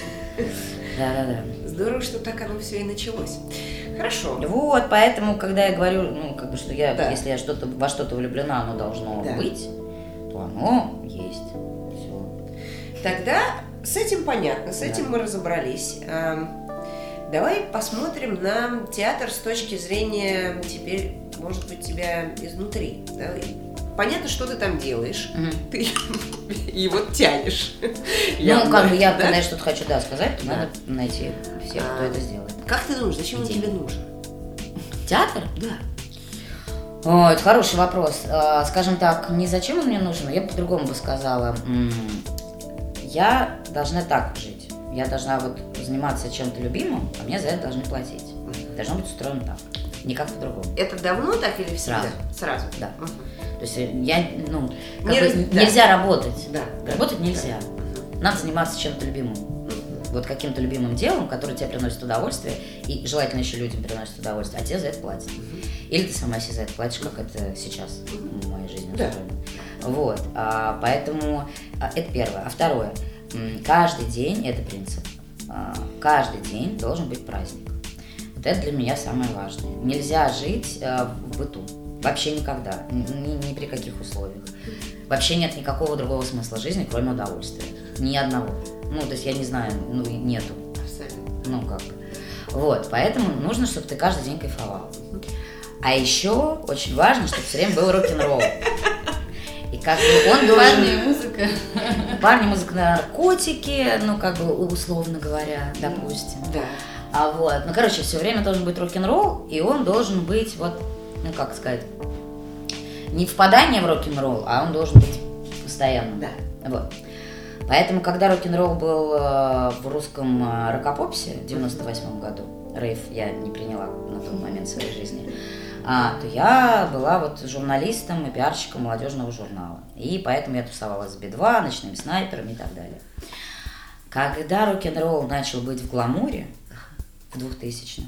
S3: Да.
S1: Здорово, что так оно все и началось. Хорошо.
S3: Вот, поэтому, когда я говорю, что если я во что-то влюблена, оно должно быть, то оно есть. Все.
S1: Тогда с этим понятно, с этим мы разобрались. Давай посмотрим на театр с точки зрения теперь, может быть, тебя изнутри. Да? Понятно, что ты там делаешь, ты его тянешь.
S3: Когда я что-то хочу сказать, то надо найти всех, кто это сделает.
S1: Как ты думаешь, зачем он тебе нужен?
S3: Театр?
S1: Да.
S3: Это хороший вопрос. Скажем так, не зачем он мне нужен, я по-другому бы сказала. Я должна так жить. Я должна заниматься чем-то любимым, а мне за это должны платить. Должно быть устроено так, никак по-другому.
S1: Это давно так или всегда? Сразу.
S3: Да. То есть нельзя работать.
S1: Да.
S3: Работать нельзя. Надо заниматься чем-то любимым. Вот каким-то любимым делом, которое тебе приносит удовольствие, и желательно еще людям приносит удовольствие, а тебе за это платят. Или ты сама себе за это платишь, как это сейчас в моей жизни устроено. Поэтому это первое. А второе. Каждый день, это принцип, каждый день должен быть праздник. Вот это для меня самое важное. Нельзя жить в быту. Вообще никогда, ни при каких условиях. Вообще нет никакого другого смысла жизни, кроме удовольствия. Ни одного. То есть я не знаю, нету.
S1: Абсолютно.
S3: Вот, поэтому нужно, чтобы ты каждый день кайфовал. А еще очень важно, чтобы все время был рок-н-ролл. И он
S2: парни и музыка.
S3: Парни, музыка, наркотики, условно говоря, допустим.
S1: Да.
S3: Все время должен быть рок-н-ролл, и он должен быть не впадание в рок-н-ролл, а он должен быть постоянным.
S1: Да.
S3: Поэтому, когда рок-н-ролл был в русском рок-попсе в 98 году, рейв я не приняла на тот момент в своей жизни, то я была журналистом и пиарщиком молодежного журнала. И поэтому я тусовалась с Би-2, Ночными снайперами и так далее. Когда рок-н-ролл начал быть в гламуре в 2000-х,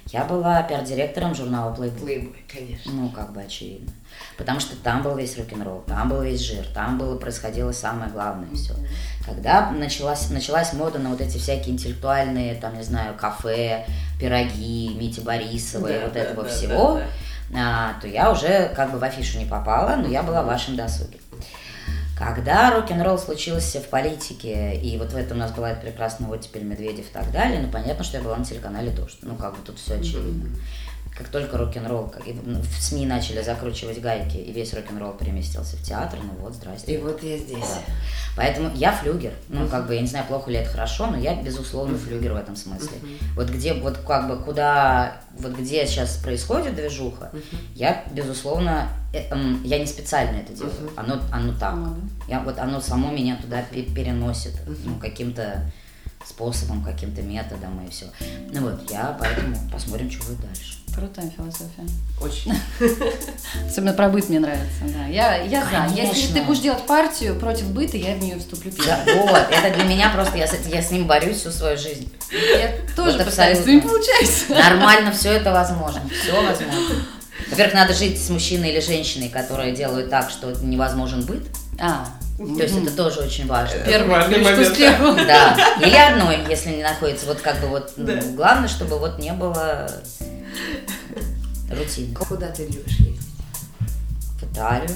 S3: Я была пиар-директором журнала Playboy.
S1: Playboy, конечно.
S3: Ну, как бы очевидно. Потому что там был весь рок-н-ролл, там был весь жир, там происходило самое главное все. Когда началась мода на вот эти всякие интеллектуальные, там, не знаю, кафе, пироги, Мити Борисова и вот этого всего, то я уже как бы в афишу не попала, но я была в вашем досуге. Когда рок-н-ролл случился в политике, и вот в этом у нас была эта прекрасная оттепель Медведев и так далее, ну, понятно, что я была на телеканале «Дождь». Ну, как бы тут все очевидно. Как только рок-н-ролл, в СМИ начали закручивать гайки, и весь рок-н-ролл переместился в театр, ну вот, здрасте.
S1: И вот я здесь.
S3: Да. Поэтому я флюгер. Ну, как бы, я не знаю, плохо ли это хорошо, но я, безусловно, флюгер в этом смысле. Вот где, вот как бы, куда, вот где сейчас происходит движуха, я, безусловно, я не специально это делаю. Оно так. Вот оно само меня туда переносит, ну, каким-то способом, каким-то методом и все. Ну вот, я поэтому посмотрим, что будет дальше.
S2: Крутая философия.
S1: Очень.
S2: Особенно про быт мне нравится. Да. Я за. Если ты будешь делать партию против быта, я в нее вступлю первой.
S3: Да, вот, это для меня просто, я с ним борюсь всю свою жизнь.
S2: Я тоже
S3: вот
S2: пытаюсь, но не получается.
S3: Нормально, все это возможно. Все возможно. Во-первых, надо жить с мужчиной или женщиной, которые делают так, что невозможен быт. То есть это тоже очень важно.
S2: Первый момент.
S3: Да. Или одной, если не находится. Вот как бы вот главное, чтобы вот не было рутины.
S1: Куда ты любишь ездить?
S3: В Италию,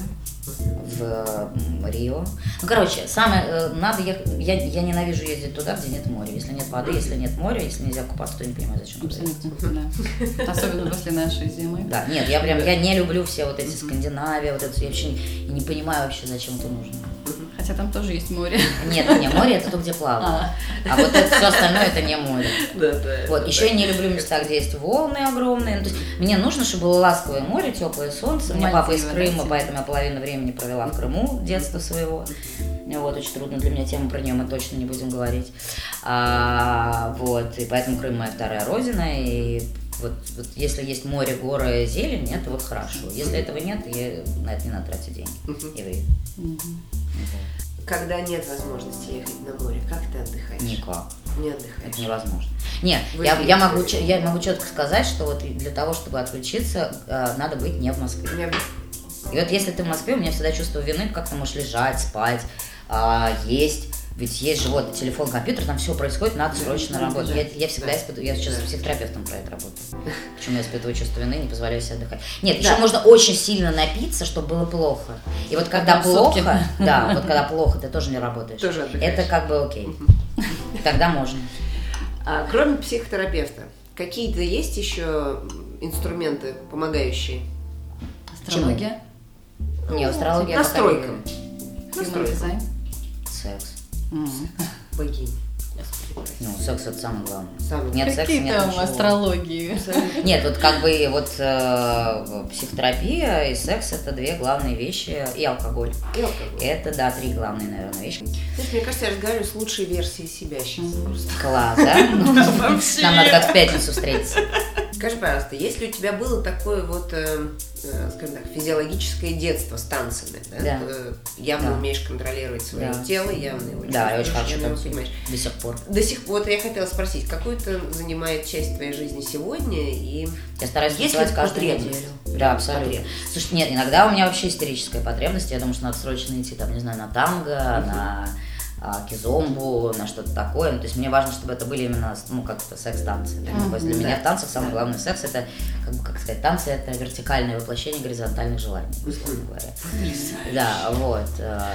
S3: в Рио. Ну, короче, надо я ненавижу ездить туда, где нет моря. Если нет воды, если нет моря, если нельзя купаться, то я не понимаю, зачем туда ездить.
S2: Да. Особенно после нашей зимы.
S3: Да, нет, я не люблю все вот эти Скандинавия, вот это, я вообще не понимаю вообще, зачем это нужно.
S2: Хотя там тоже есть море.
S3: Нет, море это то, где плавают. А вот это все остальное это не море. Вот, еще я не люблю места, где есть волны огромные. Ну, то есть мне нужно, чтобы было ласковое море, теплое солнце. У меня папа из Крыма, поэтому я половину времени провела в Крыму, детства своего. Вот, очень трудно для меня тема, про нее мы точно не будем говорить. Вот, и поэтому Крым моя вторая родина, и вот если есть море, горы, зелень, это вот хорошо. Если этого нет, на это не надо тратить деньги и время.
S1: Когда нет возможности ехать на море, как ты отдыхаешь?
S3: Никак.
S1: Не отдыхаешь?
S3: Это невозможно. Нет, я могу четко сказать, что вот для того, чтобы отключиться, надо быть не в Москве. И вот если ты в Москве, у меня всегда чувство вины, как ты можешь лежать, спать, есть. Ведь есть же вот телефон, компьютер, там все происходит, надо срочно работать. Я всегда испытываю, я сейчас с психотерапевтом про это работаю. Почему я испытываю чувство вины, не позволяю себе отдыхать. Нет, еще можно очень сильно напиться, чтобы было плохо. И вот когда плохо, вот когда плохо, ты тоже не работаешь.
S1: Тоже отдыхаешь.
S3: Это как бы окей. Тогда можно.
S1: Кроме психотерапевта, какие-то есть еще инструменты, помогающие?
S2: Астрология.
S3: Не, астрология.
S1: Настройкам.
S2: Дизайн.
S3: Секс.
S1: Богиня.
S3: Ну, секс это самое главное.
S1: Нет
S3: секса,
S2: Какие
S3: нет
S2: там
S3: ничего.
S2: астрологии?
S3: Нет, вот как бы вот психотерапия и секс это две главные вещи, и алкоголь. Это, да, три главные, наверное, вещи.
S1: Знаешь, мне кажется, я разговариваю с лучшей версией себя сейчас.
S3: Класс, да? Нам надо как в пятницу встретиться.
S1: Скажи, пожалуйста, если у тебя было такое вот, скажем так, физиологическое детство с танцами, да? Явно умеешь контролировать свое тело, явно его чувствуешь,
S3: я очень хорошо
S1: явно понимаешь.
S3: До сих пор.
S1: До сих пор. Вот я хотела спросить, какую это занимает часть твоей жизни сегодня, и
S3: я стараюсь
S1: есть
S3: танцевать
S1: ли
S3: каждую неделю. Да, абсолютно. Слушай, нет, иногда у меня вообще истерическая потребность, я думаю, что надо срочно идти, там, не знаю, на танго, на кизомбу, на что-то такое. Ну, то есть мне важно, чтобы это были именно, ну, как-то секс-танцы. То есть для меня в танцах самый главный секс это, как сказать, танцы это вертикальное воплощение горизонтальных желаний, условно говоря. Да, вот.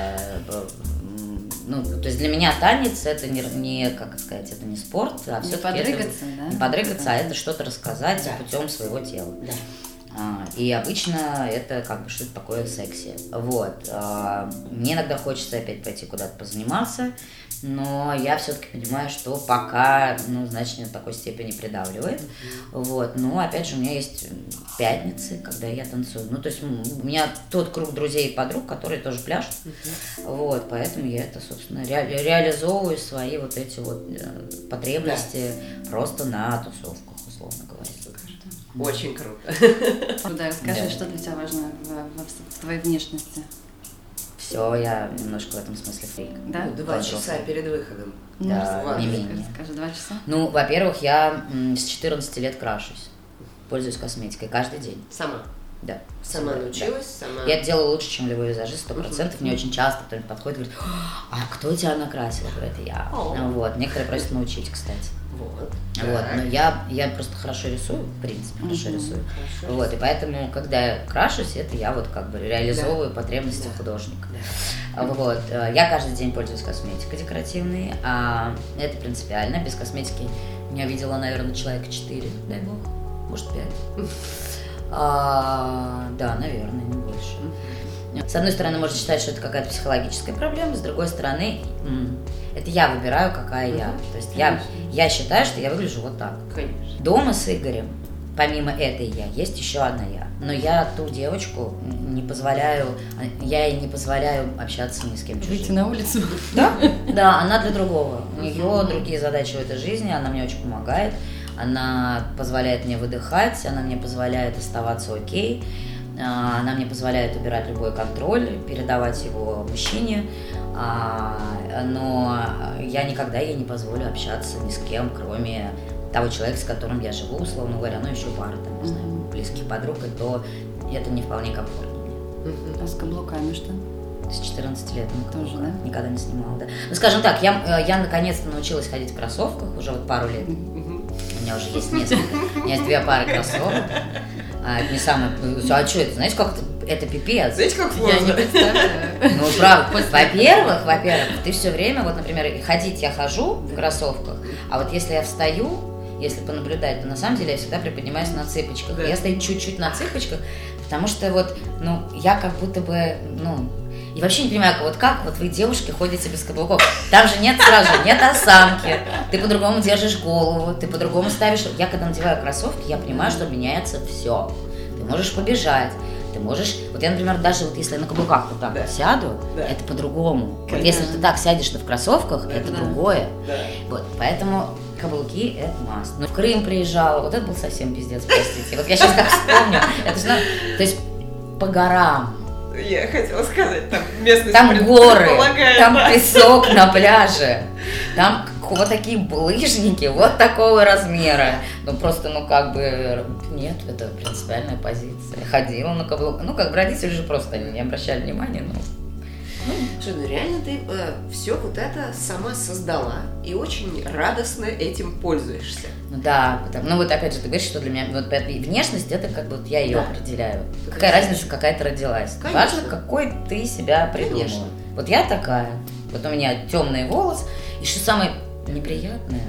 S3: Ну, то есть для меня танец это не как сказать, это не спорт, а все-таки
S2: подрыгаться, да?
S3: Не подрыгаться, а это что-то рассказать путем своего тела. И обычно это как бы что-то такое секси. Вот. Мне иногда хочется опять пойти куда-то позаниматься, но я все-таки понимаю, что пока, ну, значит, не в такой степени придавливает. Вот. Но опять же, у меня есть пятницы, когда я танцую. Ну, то есть у меня тот круг друзей и подруг, которые тоже пляшут. Вот. Поэтому я это, собственно, реализовываю свои вот эти вот потребности просто на тусовках, условно говоря.
S1: Очень круто.
S2: Да, расскажи, что для тебя важно в твоей внешности?
S3: Все, я немножко в этом смысле фрик.
S2: Да?
S1: 2 часа перед выходом.
S3: Да, не менее.
S2: Скажи, 2 часа?
S3: Ну, во-первых, я с 14 лет крашусь. пользуюсь косметикой каждый день.
S1: Сама?
S3: Да.
S1: Сама научилась?
S3: Да.
S1: Сама...
S3: Я это делаю лучше, чем любой визажист, 100%. Мне очень часто кто-нибудь подходит и говорит: а кто тебя накрасил? Я говорю: это я. Вот. Некоторые просят научить, кстати.
S1: Вот.
S3: Но я просто хорошо рисую, в принципе, хорошо рисую. Вот, и поэтому, когда я крашусь, это я вот как бы реализовываю потребности художника. Вот. Я каждый день пользуюсь косметикой декоративной, а это принципиально. Без косметики меня видела, наверное, человека 4, дай бог, может 5. Да, наверное, не больше. С одной стороны, можно считать, что это какая-то психологическая проблема, с другой стороны, это я выбираю, какая я. То есть я считаю, что я выгляжу вот так.
S1: Конечно.
S3: Дома с Игорем, помимо этой я, есть еще одна я. Но я ту девочку не позволяю, я ей не позволяю общаться ни с кем чужим.
S2: Выйти на улицу.
S3: Да, она для другого. У нее другие задачи в этой жизни, она мне очень помогает. Она позволяет мне выдыхать, она мне позволяет оставаться окей. Она мне позволяет убирать любой контроль, передавать его мужчине, но я никогда ей не позволю общаться ни с кем, кроме того человека, с которым я живу, условно говоря, ну еще пара, там, не знаю, близких подруг, и то это не вполне комфортно мне.
S2: А с каблуками что?
S3: С 14 лет
S2: тоже, да?
S3: Никогда не снимала, да. Ну, скажем так, я наконец-то научилась ходить в кроссовках уже вот пару лет. У меня уже есть несколько. У меня есть 2 пары кроссовок. Это не самое... А что это? Знаете, как это пипец?
S1: Знаете, как
S2: Я не представляю.
S3: Ну, правда. Во-первых, ты все время, вот, например, ходить я хожу в кроссовках, а вот если я встаю, если понаблюдать, то на самом деле я всегда приподнимаюсь на цыпочках. Я стою чуть-чуть на цыпочках, потому что вот, я как будто бы, и вообще не понимаю, как вы, девушки, ходите без каблуков. Там же нет осанки, ты по-другому держишь голову, ты по-другому ставишь. Я когда надеваю кроссовки, я понимаю, что меняется все. Ты можешь побежать, ты можешь... Вот я, например, даже вот если я на каблуках вот так вот сяду, это по-другому. Вот если ты так сядешь в кроссовках, это другое. Вот, поэтому каблуки – это маст. Но в Крым приезжала, вот это был совсем пиздец, простите. Вот я сейчас как вспомню, это же, то есть по горам.
S1: Я хотела сказать, там местность
S3: там горы, там песок на пляже, там вот такие булыжники, вот такого размера. Просто, нет, это принципиальная позиция. Ходила на каблуках. Родители же просто не обращали внимания,
S1: Слушай, реально ты все вот это сама создала и очень радостно этим пользуешься.
S3: Да, вот опять же, ты говоришь, что для меня внешность, это как бы я ее определяю. Какая разница, какая ты родилась? Важно, какой ты себя придумала. Конечно. Вот я такая, вот у меня темные волосы, и что самое неприятное,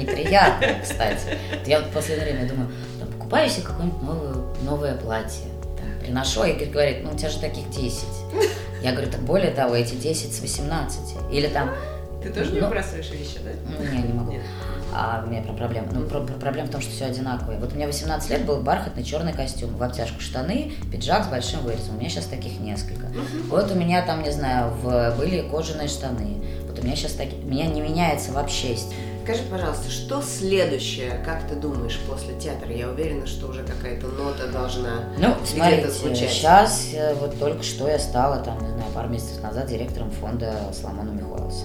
S3: кстати, я в последнее время думаю, покупаю себе какое-нибудь новое платье, приношу, а Игорь говорит, у тебя же таких 10. Я говорю, так более того, эти 10 с 18. Или там...
S1: Ты тоже не выбрасываешь вещи, да?
S3: Не, не могу. У меня проблема. Проблема в том, что все одинаковое. Вот у меня 18 лет был бархатный черный костюм, в обтяжку штаны, пиджак с большим вырезом. У меня сейчас таких несколько. Вот у меня там, не знаю, были кожаные штаны. Вот у меня сейчас такие... У меня не меняется вообще стиль.
S1: Скажи, пожалуйста, что следующее, как ты думаешь, после театра? Я уверена, что уже какая-то нота должна где-то звучать.
S3: Сейчас вот только что я стала, пару месяцев назад директором фонда Соломона Михайлса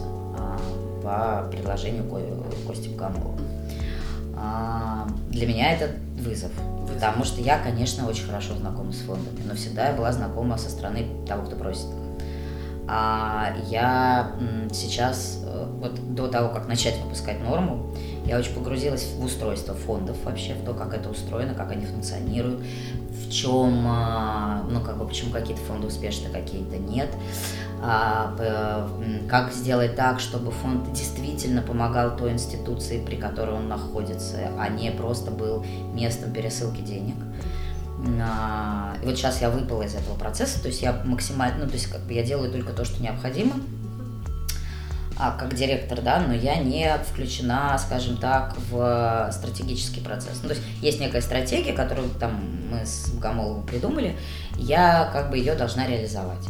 S3: по предложению Кости Богомолова. Для меня это вызов, потому что я, конечно, очень хорошо знакома с фондами, но всегда я была знакома со стороны того, кто просит. Я сейчас, вот до того, как начать выпускать норму, я очень погрузилась в устройство фондов вообще, в то, как это устроено, как они функционируют, в чем, почему какие-то фонды успешны, какие-то нет, как сделать так, чтобы фонд действительно помогал той институции, при которой он находится, а не просто был местом пересылки денег. И вот сейчас я выпала из этого процесса, то есть я максимально, я делаю только то, что необходимо, как директор, но я не включена, скажем так, в стратегический процесс. То есть есть некая стратегия, которую мы с Богомоловым придумали, я ее должна реализовать.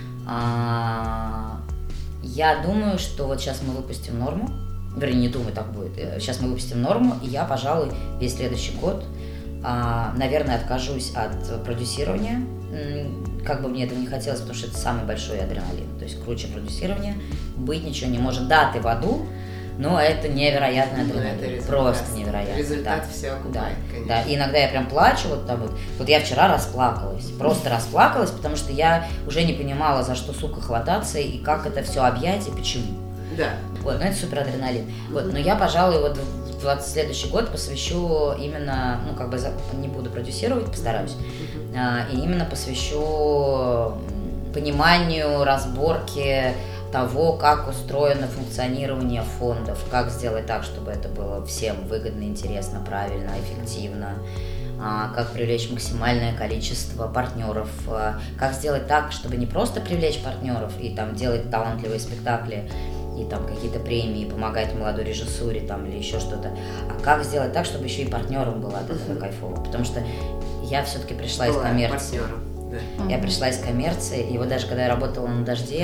S3: Я думаю, что вот сейчас мы выпустим норму, вернее, не думаю, так будет, сейчас мы выпустим норму, и я, пожалуй, весь следующий год, наверное, откажусь от продюсирования, как бы мне этого не хотелось, потому что это самый большой адреналин, то есть круче продюсирования быть ничего не может. Да, ты в аду, но это невероятный
S1: Ну,
S3: адреналин,
S1: это
S3: просто невероятно.
S1: Результат
S3: да.
S1: все окупает,
S3: Да,
S1: конечно.
S3: да, и иногда я прям плачу, вот я вчера расплакалась, просто расплакалась, потому что я уже не понимала, за что, сука, хвататься и как это все объять и почему.
S1: Да.
S3: Вот, ну это супер адреналин. Вот, но я, пожалуй, вот в следующий год посвящу именно, не буду продюсировать, постараюсь, и именно посвящу пониманию, разборке того, как устроено функционирование фондов, как сделать так, чтобы это было всем выгодно, интересно, правильно, эффективно, как привлечь максимальное количество партнеров, как сделать так, чтобы не просто привлечь партнеров и там делать талантливые спектакли и там какие-то премии, помогать молодой режиссуре там или еще что-то, а как сделать так, чтобы еще и партнерам было от этого кайфово, потому что я все-таки пришла из коммерции. Я пришла из коммерции, и вот даже когда я работала на «Дожде»,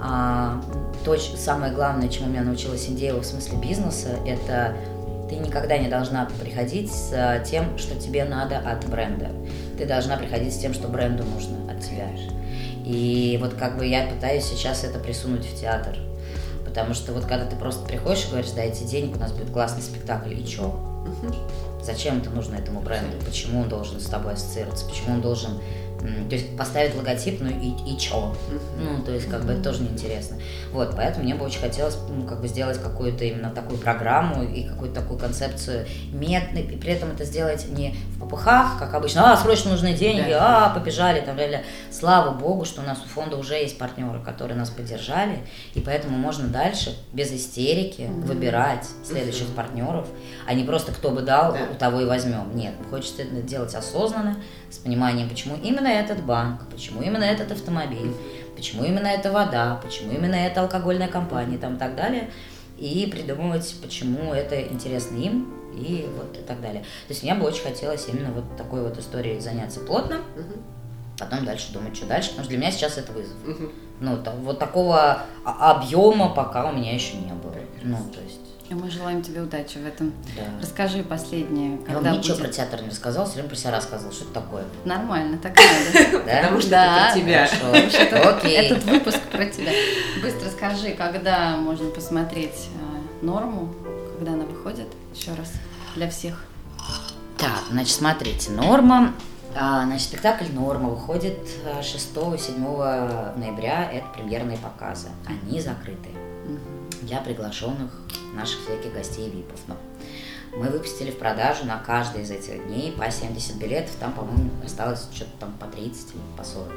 S3: самое главное, чему меня научила Синдеева в смысле бизнеса, это ты никогда не должна приходить с тем, что тебе надо от бренда. Ты должна приходить с тем, что бренду нужно от тебя. И вот я пытаюсь сейчас это присунуть в театр. Потому что вот когда ты просто приходишь и говоришь, дайте денег, у нас будет классный спектакль, и чё? Зачем это нужно этому бренду? Почему он должен с тобой ассоциироваться? Почему он должен... То есть поставить логотип, ну и чё? Ну, то есть это тоже неинтересно. Вот, поэтому мне бы очень хотелось сделать какую-то именно такую программу и какую-то такую концепцию медной, и при этом это сделать не в попыхах, как обычно, срочно нужны деньги, побежали, там, ля-ля. Слава богу, что у нас у фонда уже есть партнеры, которые нас поддержали, и поэтому можно дальше, без истерики, выбирать следующих партнеров, а не просто кто бы дал, у того и возьмем. Нет, хочется это делать осознанно, с пониманием, почему именно этот банк, почему именно этот автомобиль, почему именно эта вода, почему именно эта алкогольная компания там, и так далее, и придумывать, почему это интересно им, и вот и так далее. То есть мне бы очень хотелось именно вот такой вот историей заняться плотно, потом дальше думать, что дальше, потому что для меня сейчас это вызов. Ну, вот такого объема пока у меня еще не было. Ну, то есть...
S2: И мы желаем тебе удачи в этом.
S3: Да.
S2: Расскажи последнее.
S3: Я вам ничего про театр не рассказал, все время про себя рассказывал. Что это такое?
S2: Нормально, так надо.
S1: Потому что это про тебя.
S2: Этот выпуск про тебя. Быстро скажи, когда можно посмотреть «Норму», когда она выходит, еще раз, для всех.
S3: Так, значит, смотрите, «Норма». Значит, спектакль «Норма» выходит 6-7 ноября. Это премьерные показы. Они закрыты для приглашенных наших всяких гостей и випов. Но мы выпустили в продажу на каждый из этих дней по 70 билетов. Там, по-моему, осталось что-то там по 30 или по 40.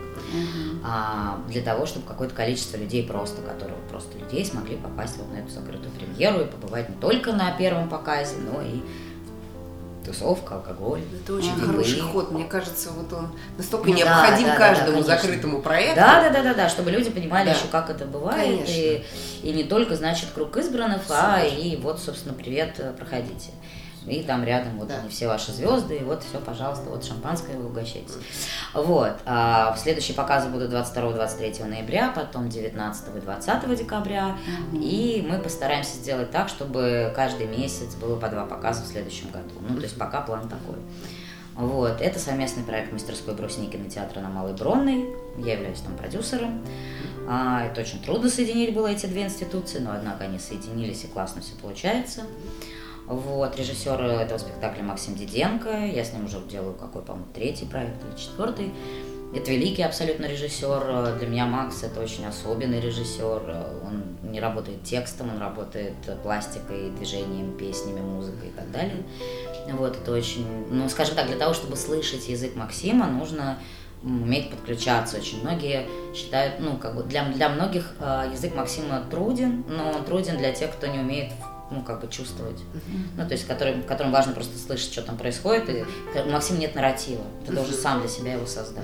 S3: Для того, чтобы какое-то количество людей людей смогли попасть вот на эту закрытую премьеру и побывать не только на первом показе, но и тусовка, алкоголь.
S1: Это очень хороший ход. Мне кажется, вот он настолько необходим каждому закрытому проекту.
S3: Да, чтобы люди понимали еще, как это бывает. И не только, значит, круг избранных, и вот, собственно, привет, проходите. И там рядом вот они все ваши звезды, и вот все, пожалуйста, вот шампанское, вы угощайтесь. Вот. Следующие показы будут 22-23 ноября, потом 19 и 20 декабря. И мы постараемся сделать так, чтобы каждый месяц было по 2 показа в следующем году. Ну, то есть пока план такой. Вот. Это совместный проект мастерской «Брусники» кинотеатра на Малой Бронной. Я являюсь там продюсером. Это очень трудно соединить было эти две институции, но, однако, они соединились, и классно все получается. Вот, режиссер этого спектакля Максим Диденко, я с ним уже делаю по-моему, 3-й проект или 4-й. Это великий абсолютно режиссер. Для меня Макс — это очень особенный режиссер. Он не работает текстом, он работает пластикой, движением, песнями, музыкой и так далее. Вот, это очень, скажем так, для того, чтобы слышать язык Максима, нужно уметь подключаться. Очень многие считают, для многих язык Максима труден, но он труден для тех, кто не умеет чувствовать. То есть, которым важно просто слышать, что там происходит. И у Максима нет нарратива. Ты должен сам для себя его создать.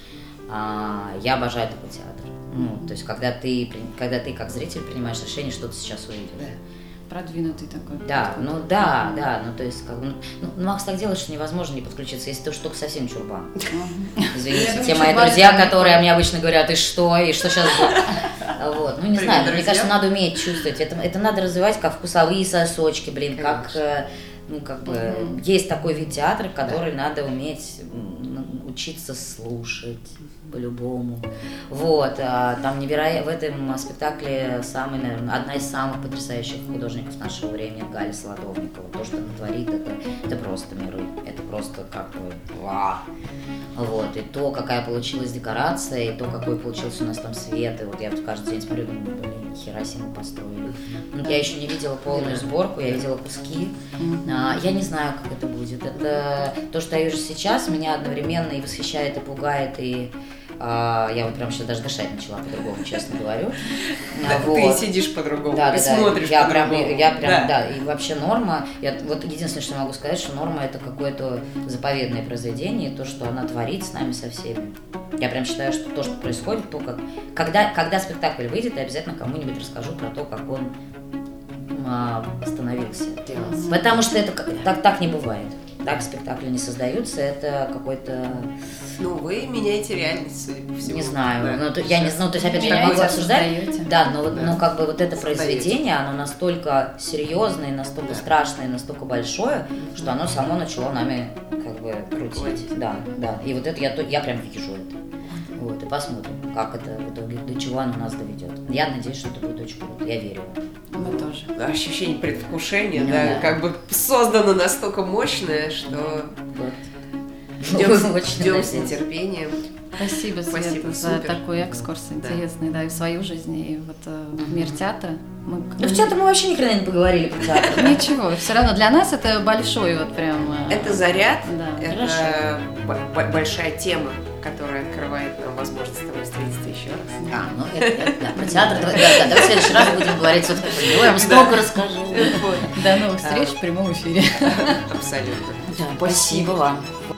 S3: Я обожаю такой театр. То есть, когда ты как зритель принимаешь решение, что ты сейчас увидишь.
S2: Продвинутый такой.
S3: Да, то есть, Макс так делает, что невозможно не подключиться, если ты уж только совсем чурбан. Извините, те мои друзья, которые мне обычно говорят, и что сейчас будет. Вот. Не знаю, мне кажется, надо уметь чувствовать. Это надо развивать как вкусовые сосочки, как есть такой вид театра, который надо уметь учиться слушать по-любому. Вот, там в этом спектакле наверное, одна из самых потрясающих художников нашего времени Галя Солодовникова. То, что она творит, это просто миры, это просто как бы вау. Вот, и то, какая получилась декорация, и то, какой получился у нас там свет, и вот я каждый день смотрю, думаю, блин, хера себе мы построили. Я еще не видела полную сборку, я видела куски. Я не знаю, как это будет. Это то, что я вижу сейчас, меня одновременно и восхищает, и пугает, и я вот прям сейчас даже дышать начала по-другому, честно говорю.
S1: Ты сидишь по-другому, и смотришь по-другому.
S3: Я прям, да, и вообще норма, вот единственное, что могу сказать, что норма это какое-то заповедное произведение, то, что она творит с нами со всеми. Я прям считаю, что то, что происходит, когда спектакль выйдет, я обязательно кому-нибудь расскажу про то, как он становился. Потому что это так не бывает. Так спектакли не создаются, это какой-то...
S1: вы меняете реальность, судя по всему.
S3: Не знаю,
S1: да.
S3: Я не знаю, то есть опять же, так могу обсуждать. Да, но как бы вот это произведение, оно настолько серьезное, настолько страшное, настолько большое, что оно само начало нами как бы крутить. Да. И вот это я прям вижу это. Вот, и посмотрим, как это в итоге, до чего оно нас доведет. Я надеюсь, что это будет очень круто, я верю в это.
S2: Мы тоже.
S1: Ощущение предвкушения, как бы создано настолько мощное, что ждем с нетерпением.
S2: Спасибо, Света, за такой экскурс интересный, да, и в свою жизнь, и вот в мир театра.
S3: В театре мы вообще ни хрена не поговорили про театр.
S2: Ничего, все равно для нас это большой вот прям...
S1: Это заряд, это большая тема, которая открывает нам возможность с тобой встретиться еще раз.
S3: Да, про театр, давай в следующий раз будем говорить все-таки про него, я вам столько расскажу.
S2: До новых встреч в прямом эфире.
S1: Абсолютно.
S3: Спасибо вам.